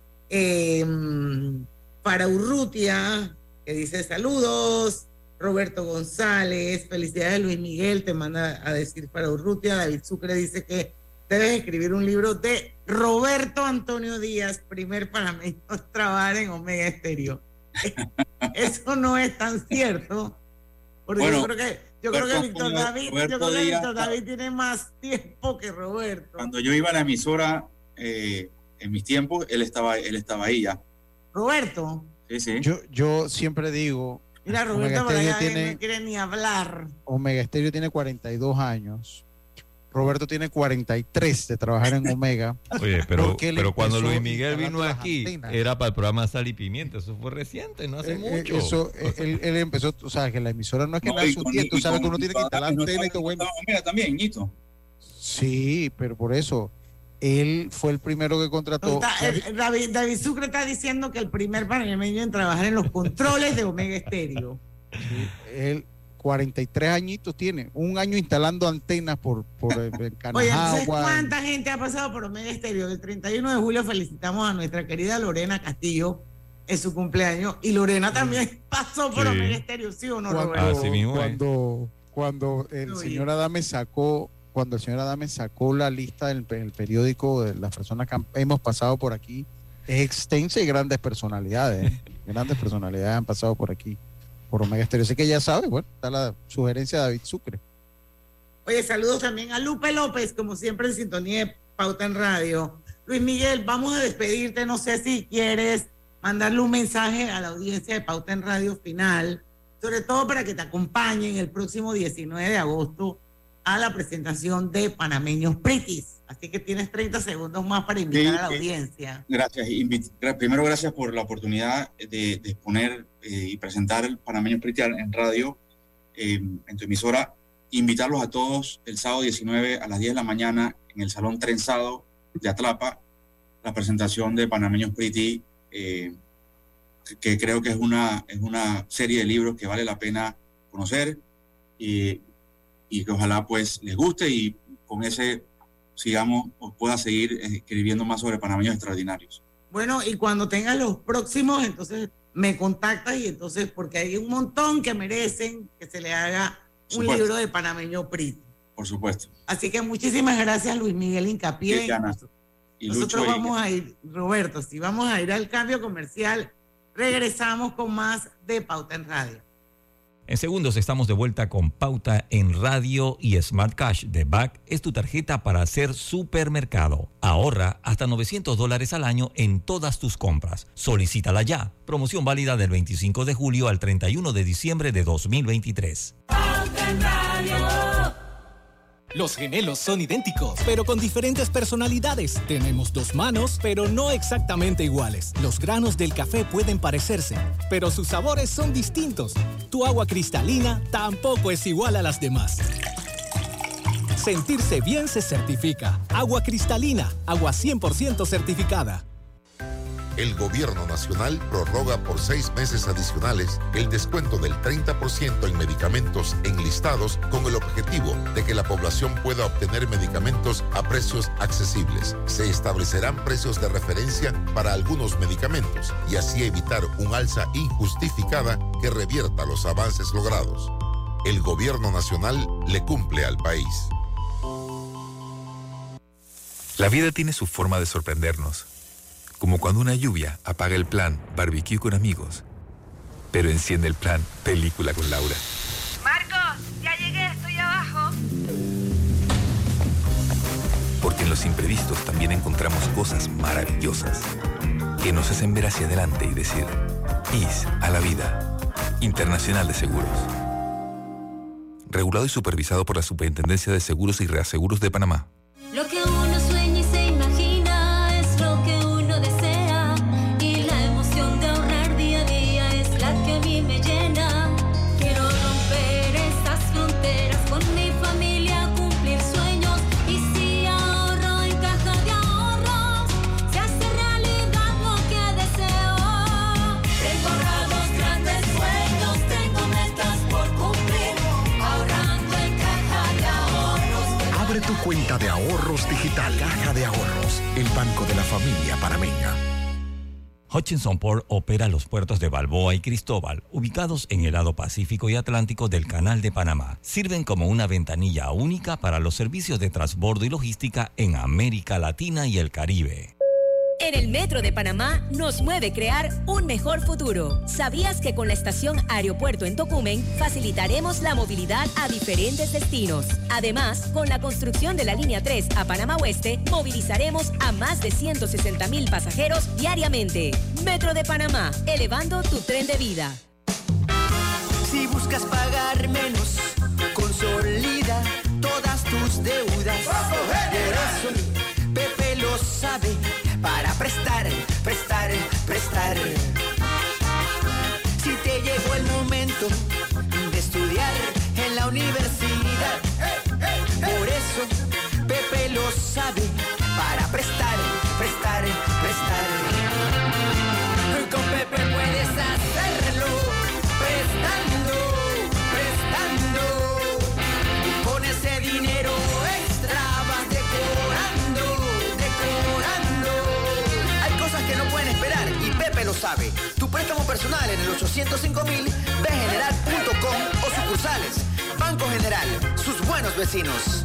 para Urrutia, que dice saludos, Roberto González, felicidades Luis Miguel, te manda a decir para Urrutia. David Sucre dice que debes escribir un libro de Roberto Antonio Díaz, primer panameño a trabajar en Omega Estéreo. Eso no es tan cierto, porque bueno, yo creo que Víctor David tiene más tiempo que Roberto. Cuando yo iba a la emisora, en mis tiempos, él estaba ahí ya. ¿Roberto? Sí. Yo siempre digo, mira, Roberto por allá no quiere ni hablar. Omega Estéreo tiene 42 años. Roberto tiene 43 de trabajar en Omega. Oye, pero cuando Luis Miguel vino aquí, era para el programa Sal y Pimienta. Eso fue reciente, no hace mucho. Él empezó, o sea, que la emisora no es que nada su tiempo, tú sabes que uno tiene que instalar antena y todo bueno. Omega también, Ñito. Sí, pero por eso, él fue el primero que contrató. David Sucre está diciendo que el primer panameño en trabajar en los controles de Omega Estéreo. Sí, él 43 añitos tiene, un año instalando antenas por Canajagua. Oye, entonces, ¿cuánta gente ha pasado por Omega Estéreo? El 31 de julio felicitamos a nuestra querida Lorena Castillo en su cumpleaños, y Lorena también pasó por Omega Estéreo, ¿sí o no, Roberto? Cuando el señor Adame sacó la lista del periódico de las personas que hemos pasado por aquí, es extensa y grandes personalidades han pasado por aquí. por Omega Estéreo. Así que ya sabes, bueno, está la sugerencia de David Sucre. Oye, saludos también a Lupe López, como siempre en sintonía de Pauta en Radio. Luis Miguel, vamos a despedirte, no sé si quieres mandarle un mensaje a la audiencia de Pauta en Radio final, sobre todo para que te acompañen el próximo 19 de agosto a la presentación de Panameños Pretties. Así que tienes 30 segundos más para invitar a la audiencia. Gracias. Primero, gracias por la oportunidad de exponer y presentar el Panameños Pretties en radio, en tu emisora. Invitarlos a todos el sábado 19 a las 10 de la mañana en el Salón Trenzado de Atlapa, la presentación de Panameños Pretties, que creo que es una serie de libros que vale la pena conocer y que ojalá pues les guste y con ese sigamos o pueda seguir escribiendo más sobre panameños extraordinarios. Bueno, y cuando tengas los próximos, entonces me contactas y entonces, porque hay un montón que merecen que se le haga un libro de Panameño Pretties. Por supuesto. Así que muchísimas gracias, Luis Miguel Hincapié. Sí, nosotros vamos a ir, Roberto, si vamos a ir al cambio comercial, regresamos con más de Pauta en Radio. En segundos estamos de vuelta con Pauta en Radio y Smart Cash de BAC es tu tarjeta para hacer supermercado. Ahorra hasta $900 al año en todas tus compras. Solicítala ya. Promoción válida del 25 de julio al 31 de diciembre de 2023. Pauta en Radio. Los gemelos son idénticos, pero con diferentes personalidades. Tenemos dos manos, pero no exactamente iguales. Los granos del café pueden parecerse, pero sus sabores son distintos. Tu agua cristalina tampoco es igual a las demás. Sentirse bien se certifica. Agua cristalina, agua 100% certificada. El Gobierno Nacional prorroga por 6 meses adicionales el descuento del 30% en medicamentos enlistados con el objetivo de que la población pueda obtener medicamentos a precios accesibles. Se establecerán precios de referencia para algunos medicamentos y así evitar un alza injustificada que revierta los avances logrados. El Gobierno Nacional le cumple al país. La vida tiene su forma de sorprendernos. Como cuando una lluvia apaga el plan barbecue con amigos, pero enciende el plan película con Laura. Marcos, ya llegué, estoy abajo. Porque en los imprevistos también encontramos cosas maravillosas que nos hacen ver hacia adelante y decir, IS a la vida. Internacional de Seguros. Regulado y supervisado por la Superintendencia de Seguros y Reaseguros de Panamá. Lo que uno sueña y se imagina es lo que uno desea, y la emoción de ahorrar día a día es la que a mí me llena. Quiero romper esas fronteras con mi familia, cumplir sueños, y si ahorro en caja de ahorros, se hace realidad lo que deseo. Tengo ahorrados grandes sueños, tengo metas por cumplir, ahorrando en caja de ahorros. Abre tu cuenta de ahorros digital. Caja de Ahorros, el banco de la familia panameña. Hutchinson Port opera los puertos de Balboa y Cristóbal, ubicados en el lado Pacífico y Atlántico del Canal de Panamá. Sirven como una ventanilla única para los servicios de transbordo y logística en América Latina y el Caribe. En el Metro de Panamá nos mueve crear un mejor futuro. ¿Sabías que con la estación Aeropuerto en Tocumen facilitaremos la movilidad a diferentes destinos? Además, con la construcción de la línea 3 a Panamá Oeste, movilizaremos a más de 160,000 pasajeros diariamente. Metro de Panamá, elevando tu tren de vida. Si buscas pagar menos, consolida todas tus deudas. Por eso, Pepe lo sabe. Para prestar, prestar, prestar. Si te llegó el momento de estudiar en la universidad, por eso Pepe lo sabe. Para prestar, prestar, prestar. Con Pepe puedes hacerlo, prestando, prestando. Y con ese dinero extra vas decorando, decorando. Que no pueden esperar y Pepe lo sabe. Tu préstamo personal en el 805.000, bgeneral.com o sucursales. Banco General, sus buenos vecinos.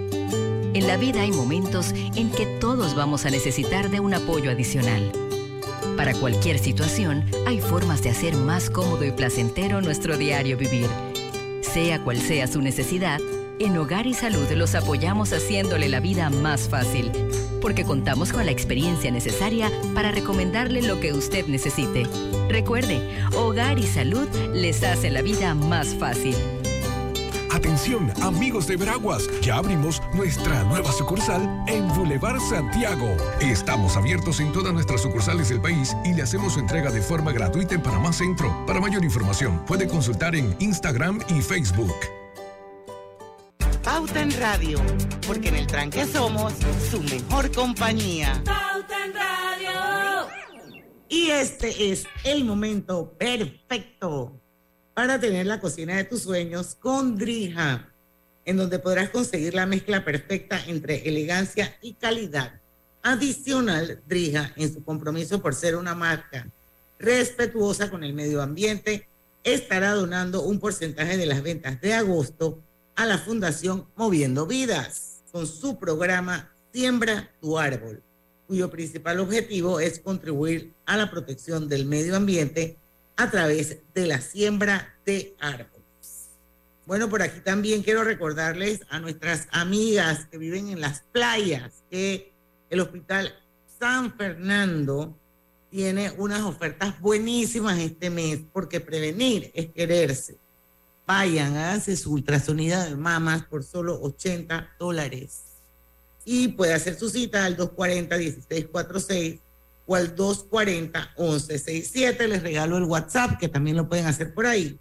En la vida hay momentos en que todos vamos a necesitar de un apoyo adicional. Para cualquier situación, hay formas de hacer más cómodo y placentero nuestro diario vivir. Sea cual sea su necesidad, en Hogar y Salud los apoyamos haciéndole la vida más fácil, porque contamos con la experiencia necesaria para recomendarle lo que usted necesite. Recuerde, Hogar y Salud les hace la vida más fácil. Atención, amigos de Veraguas, ya abrimos nuestra nueva sucursal en Boulevard Santiago. Estamos abiertos en todas nuestras sucursales del país y le hacemos su entrega de forma gratuita en Panamá Centro. Para mayor información, puede consultar en Instagram y Facebook. Pauta en Radio, porque en el tranque somos su mejor compañía. Pauta en Radio. Y este es el momento perfecto para tener la cocina de tus sueños con Drija, en donde podrás conseguir la mezcla perfecta entre elegancia y calidad. Adicional, Drija, en su compromiso por ser una marca respetuosa con el medio ambiente, estará donando un porcentaje de las ventas de agosto a la Fundación Moviendo Vidas, con su programa Siembra tu Árbol, cuyo principal objetivo es contribuir a la protección del medio ambiente a través de la siembra de árboles. Bueno, por aquí también quiero recordarles a nuestras amigas que viven en las playas que el Hospital San Fernando tiene unas ofertas buenísimas este mes, porque prevenir es quererse. Vayan, háganse su ultrasonida de mamas por solo $80. Y puede hacer su cita al 240-1646 o al 240-1167. Les regalo el WhatsApp, que también lo pueden hacer por ahí,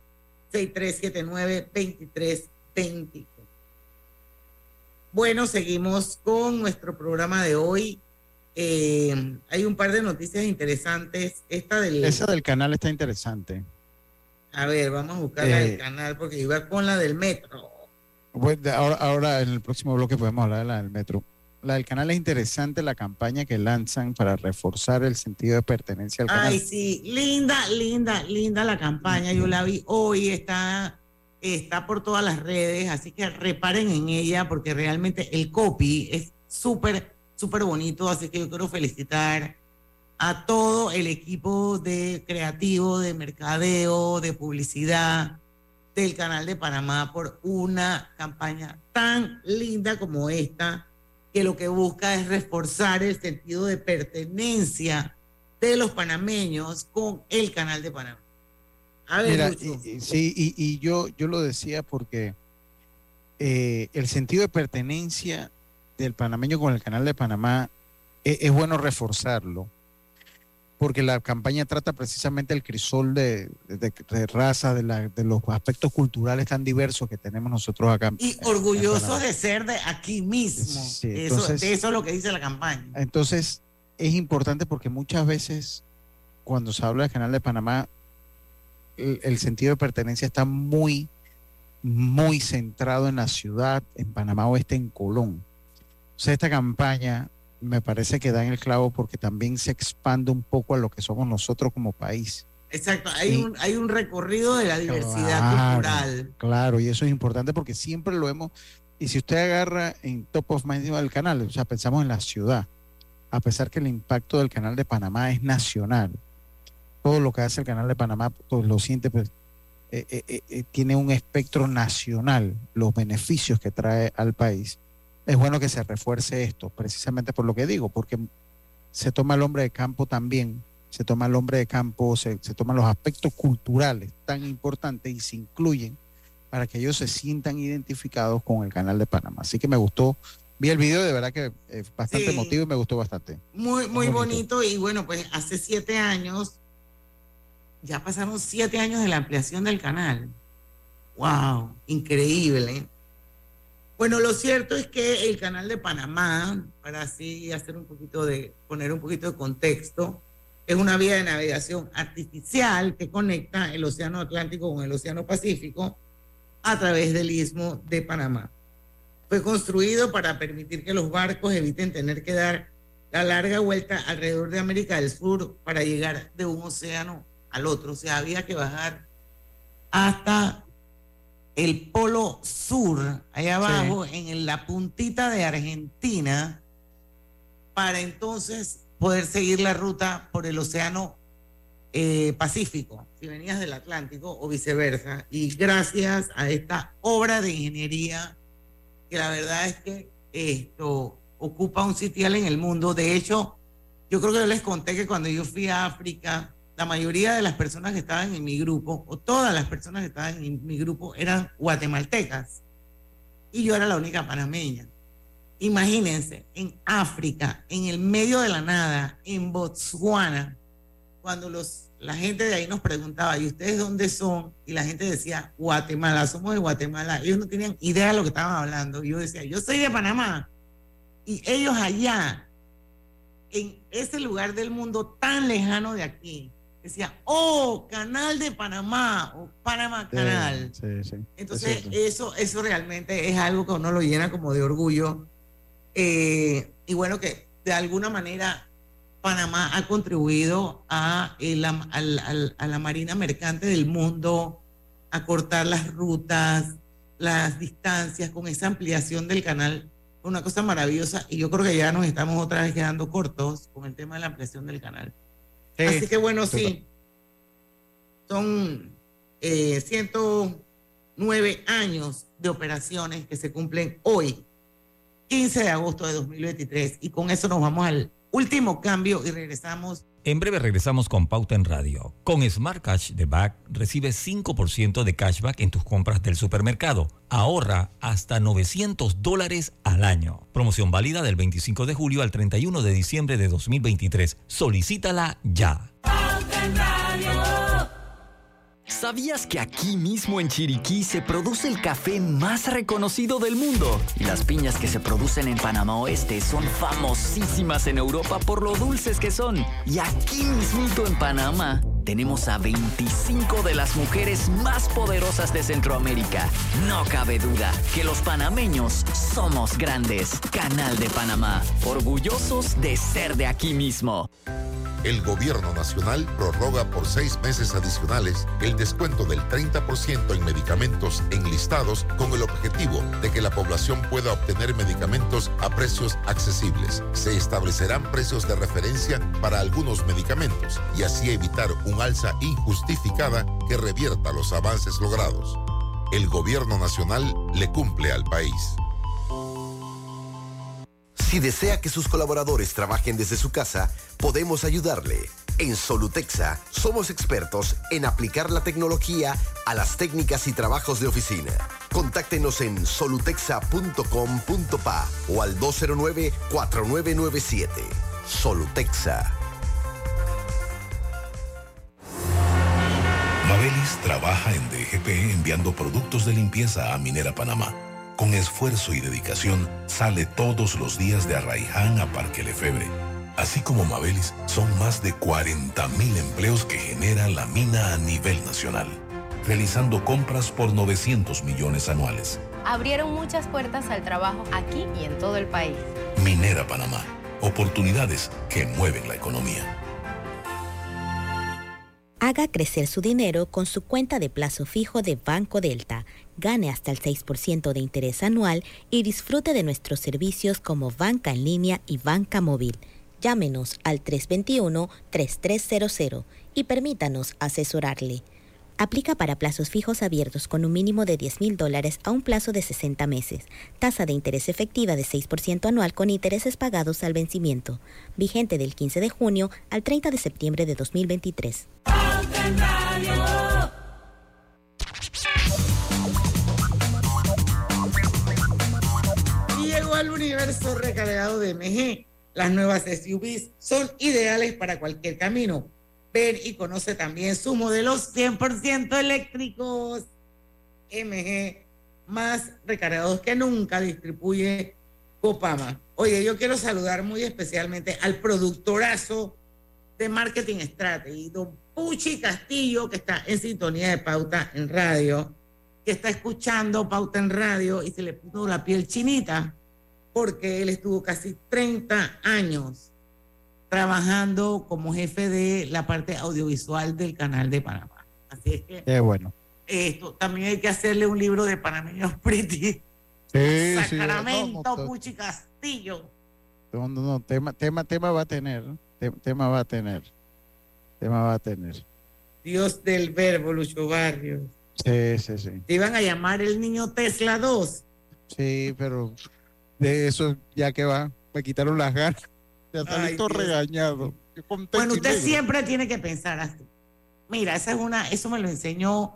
6379-2320. Bueno, seguimos con nuestro programa de hoy. Hay un par de noticias interesantes. Esa del canal está interesante. A ver, vamos a buscar la del canal, porque iba con la del metro. Bueno, ahora en el próximo bloque podemos hablar de la del metro. La del canal es interesante, la campaña que lanzan para reforzar el sentido de pertenencia al canal. Ay, sí, linda la campaña. Yo la vi hoy, está por todas las redes, así que reparen en ella, porque realmente el copy es súper bonito. Así que yo quiero felicitar a todo el equipo de creativo, de mercadeo, de publicidad del Canal de Panamá por una campaña tan linda como esta, que lo que busca es reforzar el sentido de pertenencia de los panameños con el Canal de Panamá. A ver, mira, y yo lo decía porque el sentido de pertenencia del panameño con el Canal de Panamá es bueno reforzarlo, porque la campaña trata precisamente el crisol de raza, de los aspectos culturales tan diversos que tenemos nosotros acá. Y orgullosos de ser de aquí mismo. Sí, entonces, de eso es lo que dice la campaña. Entonces, es importante porque muchas veces, cuando se habla del Canal de Panamá, el sentido de pertenencia está muy centrado en la ciudad, en Panamá Oeste, en Colón. O sea, esta campaña me parece que da en el clavo, porque también se expande un poco a lo que somos nosotros como país. Exacto, hay un recorrido de la diversidad cultural. Claro, y eso es importante porque siempre lo hemos, y si usted agarra en Top of Mind del canal, o sea, pensamos en la ciudad, a pesar que el impacto del Canal de Panamá es nacional, todo lo que hace el Canal de Panamá, pues lo siente, pues tiene un espectro nacional, los beneficios que trae al país. Es bueno que se refuerce esto, precisamente por lo que digo, porque se toma el hombre de campo también, se toma el hombre de campo, se toman los aspectos culturales tan importantes y se incluyen para que ellos se sientan identificados con el Canal de Panamá. Así que me gustó, vi el video, de verdad que es bastante emotivo y me gustó bastante. Muy bonito. Y bueno, pues hace 7 años, ya pasaron 7 años de la ampliación del canal. ¡Wow! Increíble. Bueno, lo cierto es que el Canal de Panamá, para así poner un poquito de contexto, es una vía de navegación artificial que conecta el Océano Atlántico con el Océano Pacífico a través del Istmo de Panamá. Fue construido para permitir que los barcos eviten tener que dar la larga vuelta alrededor de América del Sur para llegar de un océano al otro. O sea, había que bajar hasta el Polo Sur, allá abajo, en la puntita de Argentina, para entonces poder seguir la ruta por el océano Pacífico, si venías del Atlántico o viceversa. Y gracias a esta obra de ingeniería, que la verdad es que esto ocupa un sitial en el mundo. De hecho, yo creo que yo les conté que cuando yo fui a África, la mayoría de las personas que estaban en mi grupo, o todas las personas que estaban en mi grupo, eran guatemaltecas. Y yo era la única panameña. Imagínense, en África, en el medio de la nada, en Botswana, cuando la gente de ahí nos preguntaba, ¿y ustedes dónde son? Y la gente decía, Guatemala, somos de Guatemala. Ellos no tenían idea de lo que estaban hablando. Y yo decía, yo soy de Panamá. Y ellos allá, en ese lugar del mundo tan lejano de aquí, decían, oh, Canal de Panamá, o Panamá Canal. Sí. Entonces, eso realmente es algo que a uno lo llena como de orgullo. Y bueno, que de alguna manera Panamá ha contribuido a la marina mercante del mundo, a cortar las rutas, las distancias, con esa ampliación del canal, una cosa maravillosa. Y yo creo que ya nos estamos otra vez quedando cortos con el tema de la ampliación del canal. Sí, así que bueno, sí, son 109 años de operaciones que se cumplen hoy, 15 de agosto de 2023. Y con eso nos vamos al último cambio y regresamos. En breve regresamos con Pauta en Radio. Con Smart Cash de BAC recibes 5% de cashback en tus compras del supermercado. Ahorra hasta $900 al año. Promoción válida del 25 de julio al 31 de diciembre de 2023. Solicítala ya. Pauta en Radio. ¿Sabías que aquí mismo en Chiriquí se produce el café más reconocido del mundo? Y las piñas que se producen en Panamá Oeste son famosísimas en Europa por lo dulces que son. Y aquí mismito en Panamá tenemos a 25 de las mujeres más poderosas de Centroamérica. No cabe duda que los panameños somos grandes. Canal de Panamá, orgullosos de ser de aquí mismo. El Gobierno Nacional prorroga por 6 meses adicionales el descuento del 30% en medicamentos enlistados con el objetivo de que la población pueda obtener medicamentos a precios accesibles. Se establecerán precios de referencia para algunos medicamentos y así evitar un alza injustificada que revierta los avances logrados. El Gobierno Nacional le cumple al país. Si desea que sus colaboradores trabajen desde su casa, podemos ayudarle. En Solutexa somos expertos en aplicar la tecnología a las técnicas y trabajos de oficina. Contáctenos en solutexa.com.pa o al 209-4997. Solutexa. Mabelis trabaja en DGP enviando productos de limpieza a Minera Panamá. Con esfuerzo y dedicación, sale todos los días de Arraiján a Parque Lefebvre. Así como Mabelis, son más de 40.000 empleos que genera la mina a nivel nacional, realizando compras por 900 millones anuales. Abrieron muchas puertas al trabajo aquí y en todo el país. Minera Panamá, oportunidades que mueven la economía. Haga crecer su dinero con su cuenta de plazo fijo de Banco Delta. Gane hasta el 6% de interés anual y disfrute de nuestros servicios como banca en línea y banca móvil. Llámenos al 321-3300 y permítanos asesorarle. Aplica para plazos fijos abiertos con un mínimo de $10,000 a un plazo de 60 meses. Tasa de interés efectiva de 6% anual con intereses pagados al vencimiento. Vigente del 15 de junio al 30 de septiembre de 2023. Llegó al universo recargado de MG. Las nuevas SUVs son ideales para cualquier camino. Ven y conoce también sus modelos 100% eléctricos. MG, más recargados que nunca, distribuye Copama. Oye, yo quiero saludar muy especialmente al productorazo de Marketing Strategy, don Puchi Castillo, que está en sintonía de Pauta en Radio, que está escuchando Pauta en Radio y se le puso la piel chinita porque él estuvo casi 30 años trabajando como jefe de la parte audiovisual del Canal de Panamá. Así es que bueno. Esto también hay que hacerle un libro de panameños pretty. Sacramento, Puchi Castillo. No, tema va a tener. Tema va a tener. Dios del verbo, Lucho Barrios. Sí. Te iban a llamar el niño Tesla 2. Sí, pero de eso ya que va, me quitaron las ganas. Ya está listo regañado. Bueno, usted siempre tiene que pensar así. Mira, eso me lo enseñó.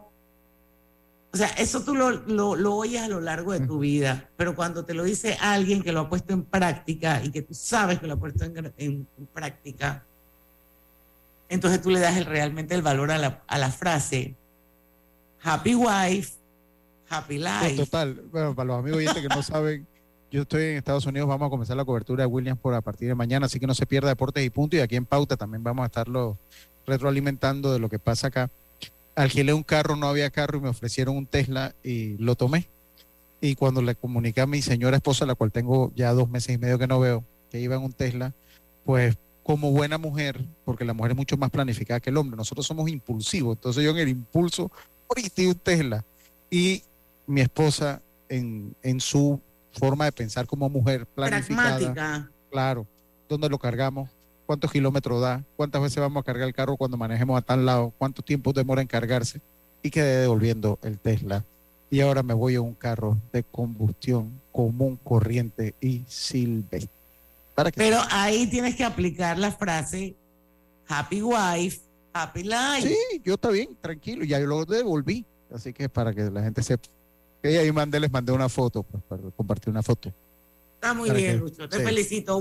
O sea, eso tú lo oyes a lo largo de tu vida, pero cuando te lo dice alguien que lo ha puesto en práctica y que tú sabes que lo ha puesto en práctica, entonces tú le das realmente el valor a la frase happy wife, happy life. No, total. Bueno, para los amigos oyentes que no saben, yo estoy en Estados Unidos, vamos a comenzar la cobertura de Williams a partir de mañana, así que no se pierda Deportes y Punto, y aquí en Pauta también vamos a estarlo retroalimentando de lo que pasa acá. Alquilé un carro, no había carro y me ofrecieron un Tesla y lo tomé. Y cuando le comuniqué a mi señora esposa, la cual tengo ya 2 meses y medio que no veo, que iba en un Tesla, pues como buena mujer, porque la mujer es mucho más planificada que el hombre, nosotros somos impulsivos, entonces yo en el impulso, ahorita un Tesla. Y mi esposa en su forma de pensar como mujer planificada. Pragmática. Claro, ¿dónde lo cargamos? ¿Cuántos kilómetros da? ¿Cuántas veces vamos a cargar el carro cuando manejemos a tal lado? ¿Cuánto tiempo demora en cargarse? Y quedé devolviendo el Tesla. Y ahora me voy a un carro de combustión común, corriente y silvestre. Pero ahí tienes que aplicar la frase happy wife, happy life. Sí, yo está bien, tranquilo. Ya yo lo devolví. Así que para que la gente sepa. Que ahí les mandé una foto, pues, para compartir una foto. Está muy bien, Lucho. Te felicito.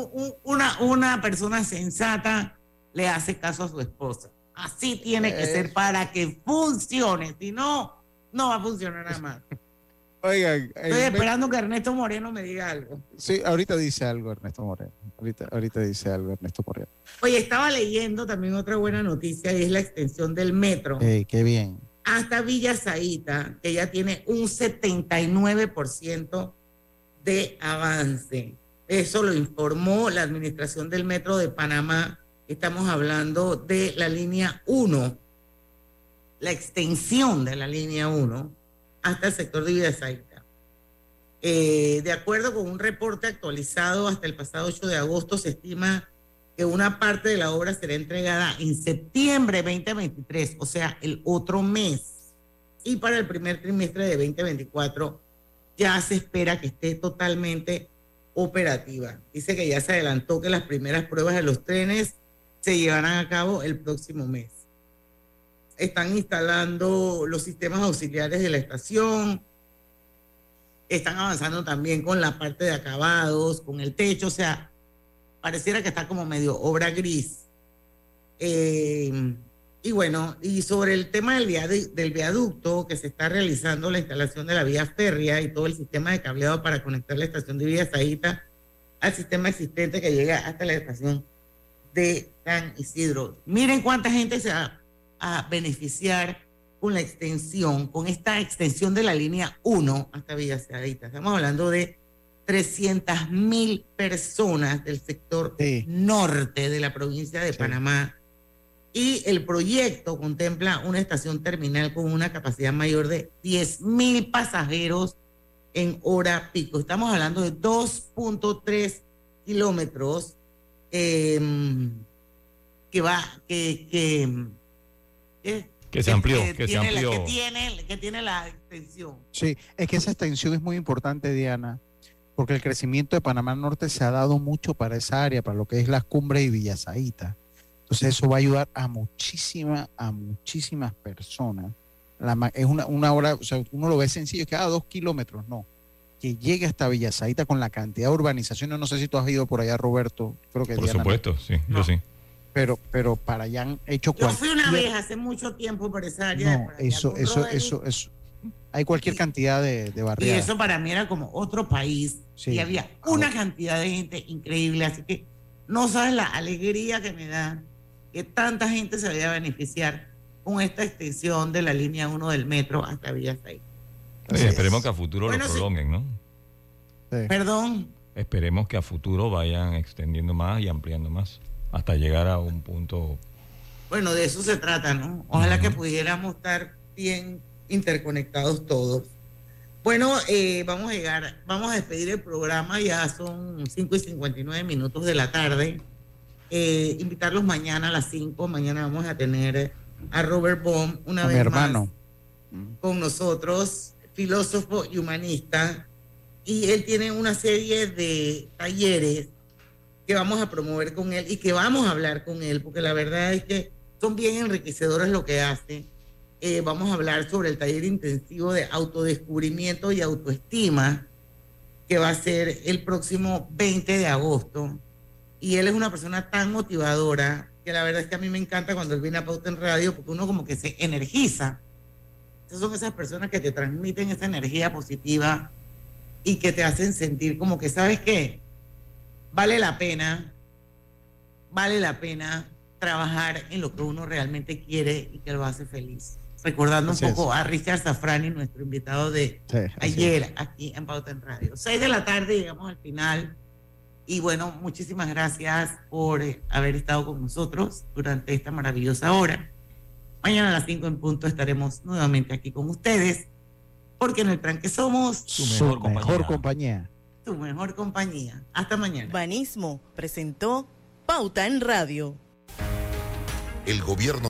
Una persona sensata le hace caso a su esposa. Así tiene que ser para que funcione. Si no, no va a funcionar nada más. Oigan. Estoy esperando que Ernesto Moreno me diga algo. Sí, ahorita dice algo Ernesto Moreno. Ahorita dice algo Ernesto Moreno. Oye, estaba leyendo también otra buena noticia y es la extensión del metro. Qué bien. Hasta Villa Zaita, que ya tiene un 79% de avance. Eso lo informó la Administración del Metro de Panamá. Estamos hablando de la línea 1, la extensión de la línea 1 hasta el sector de Villa Zaita. De acuerdo con un reporte actualizado hasta el pasado 8 de agosto, se estima que una parte de la obra será entregada en septiembre de 2023, o sea, el otro mes. Y para el primer trimestre de 2024 ya se espera que esté totalmente operativa. Dice que ya se adelantó que las primeras pruebas de los trenes se llevarán a cabo el próximo mes. Están instalando los sistemas auxiliares de la estación, están avanzando también con la parte de acabados, con el techo, o sea, pareciera que está como medio obra gris. Y bueno, y sobre el tema del viaducto que se está realizando la instalación de la vía férrea y todo el sistema de cableado para conectar la estación de Villa Zaita al sistema existente que llega hasta la estación de San Isidro. Miren cuánta gente se va a beneficiar con la extensión, con esta extensión de la línea 1 hasta Villa Zaita. Estamos hablando de 300,000 personas del sector norte de la provincia de Panamá. Y el proyecto contempla una estación terminal con una capacidad mayor de 10,000 pasajeros en hora pico. Estamos hablando de 2.3 kilómetros que se amplió, que tiene la extensión. Sí, es que esa extensión es muy importante, Diana, porque el crecimiento de Panamá Norte se ha dado mucho para esa área, para lo que es las cumbres y Villa Zaita. Entonces eso va a ayudar a muchísimas personas. Es una hora, o sea, uno lo ve sencillo, es que 2 kilómetros, no. Que llegue hasta Villa Zaita con la cantidad de urbanizaciones, no sé si tú has ido por allá, Roberto. Creo que por Diana, supuesto, no. Sí, yo sí. Pero para allá han hecho Yo fui una vez hace mucho tiempo por esa área. No, eso. Hay cualquier cantidad de barriadas. Y eso para mí era como otro país. Sí. Y había una cantidad de gente increíble. Así que no sabes la alegría que me da que tanta gente se vaya a beneficiar con esta extensión de la línea 1 del metro hasta Villa Zaita. Esperemos que a futuro lo prolonguen, ¿no? Sí. Perdón. Esperemos que a futuro vayan extendiendo más y ampliando más hasta llegar a un punto. Bueno, de eso se trata, ¿no? Ojalá que pudiéramos estar bien interconectados todos. Bueno, vamos a despedir el programa, ya son 5:59 de la tarde. invitarlos mañana a las 5. Mañana vamos a tener a Robert Bohm una vez mi hermano más con nosotros, filósofo y humanista, y él tiene una serie de talleres que vamos a promover con él y que vamos a hablar con él, porque la verdad es que son bien enriquecedores lo que hace. Vamos a hablar sobre el taller intensivo de autodescubrimiento y autoestima, que va a ser el próximo 20 de agosto. Y él es una persona tan motivadora que la verdad es que a mí me encanta cuando él viene a Pauta en Radio, porque uno como que se energiza. Esas son esas personas que te transmiten esa energía positiva y que te hacen sentir como que, ¿sabes qué? Vale la pena trabajar en lo que uno realmente quiere y que lo hace feliz. Recordando un poco a Richard Safrani, nuestro invitado de ayer aquí en Pauta en Radio. 6 de la tarde, llegamos al final. Y bueno, muchísimas gracias por haber estado con nosotros durante esta maravillosa hora. Mañana a las 5 en punto estaremos nuevamente aquí con ustedes, porque en el tranque somos su mejor compañía. Tu mejor compañía. Hasta mañana. Banismo presentó Pauta en Radio. El gobierno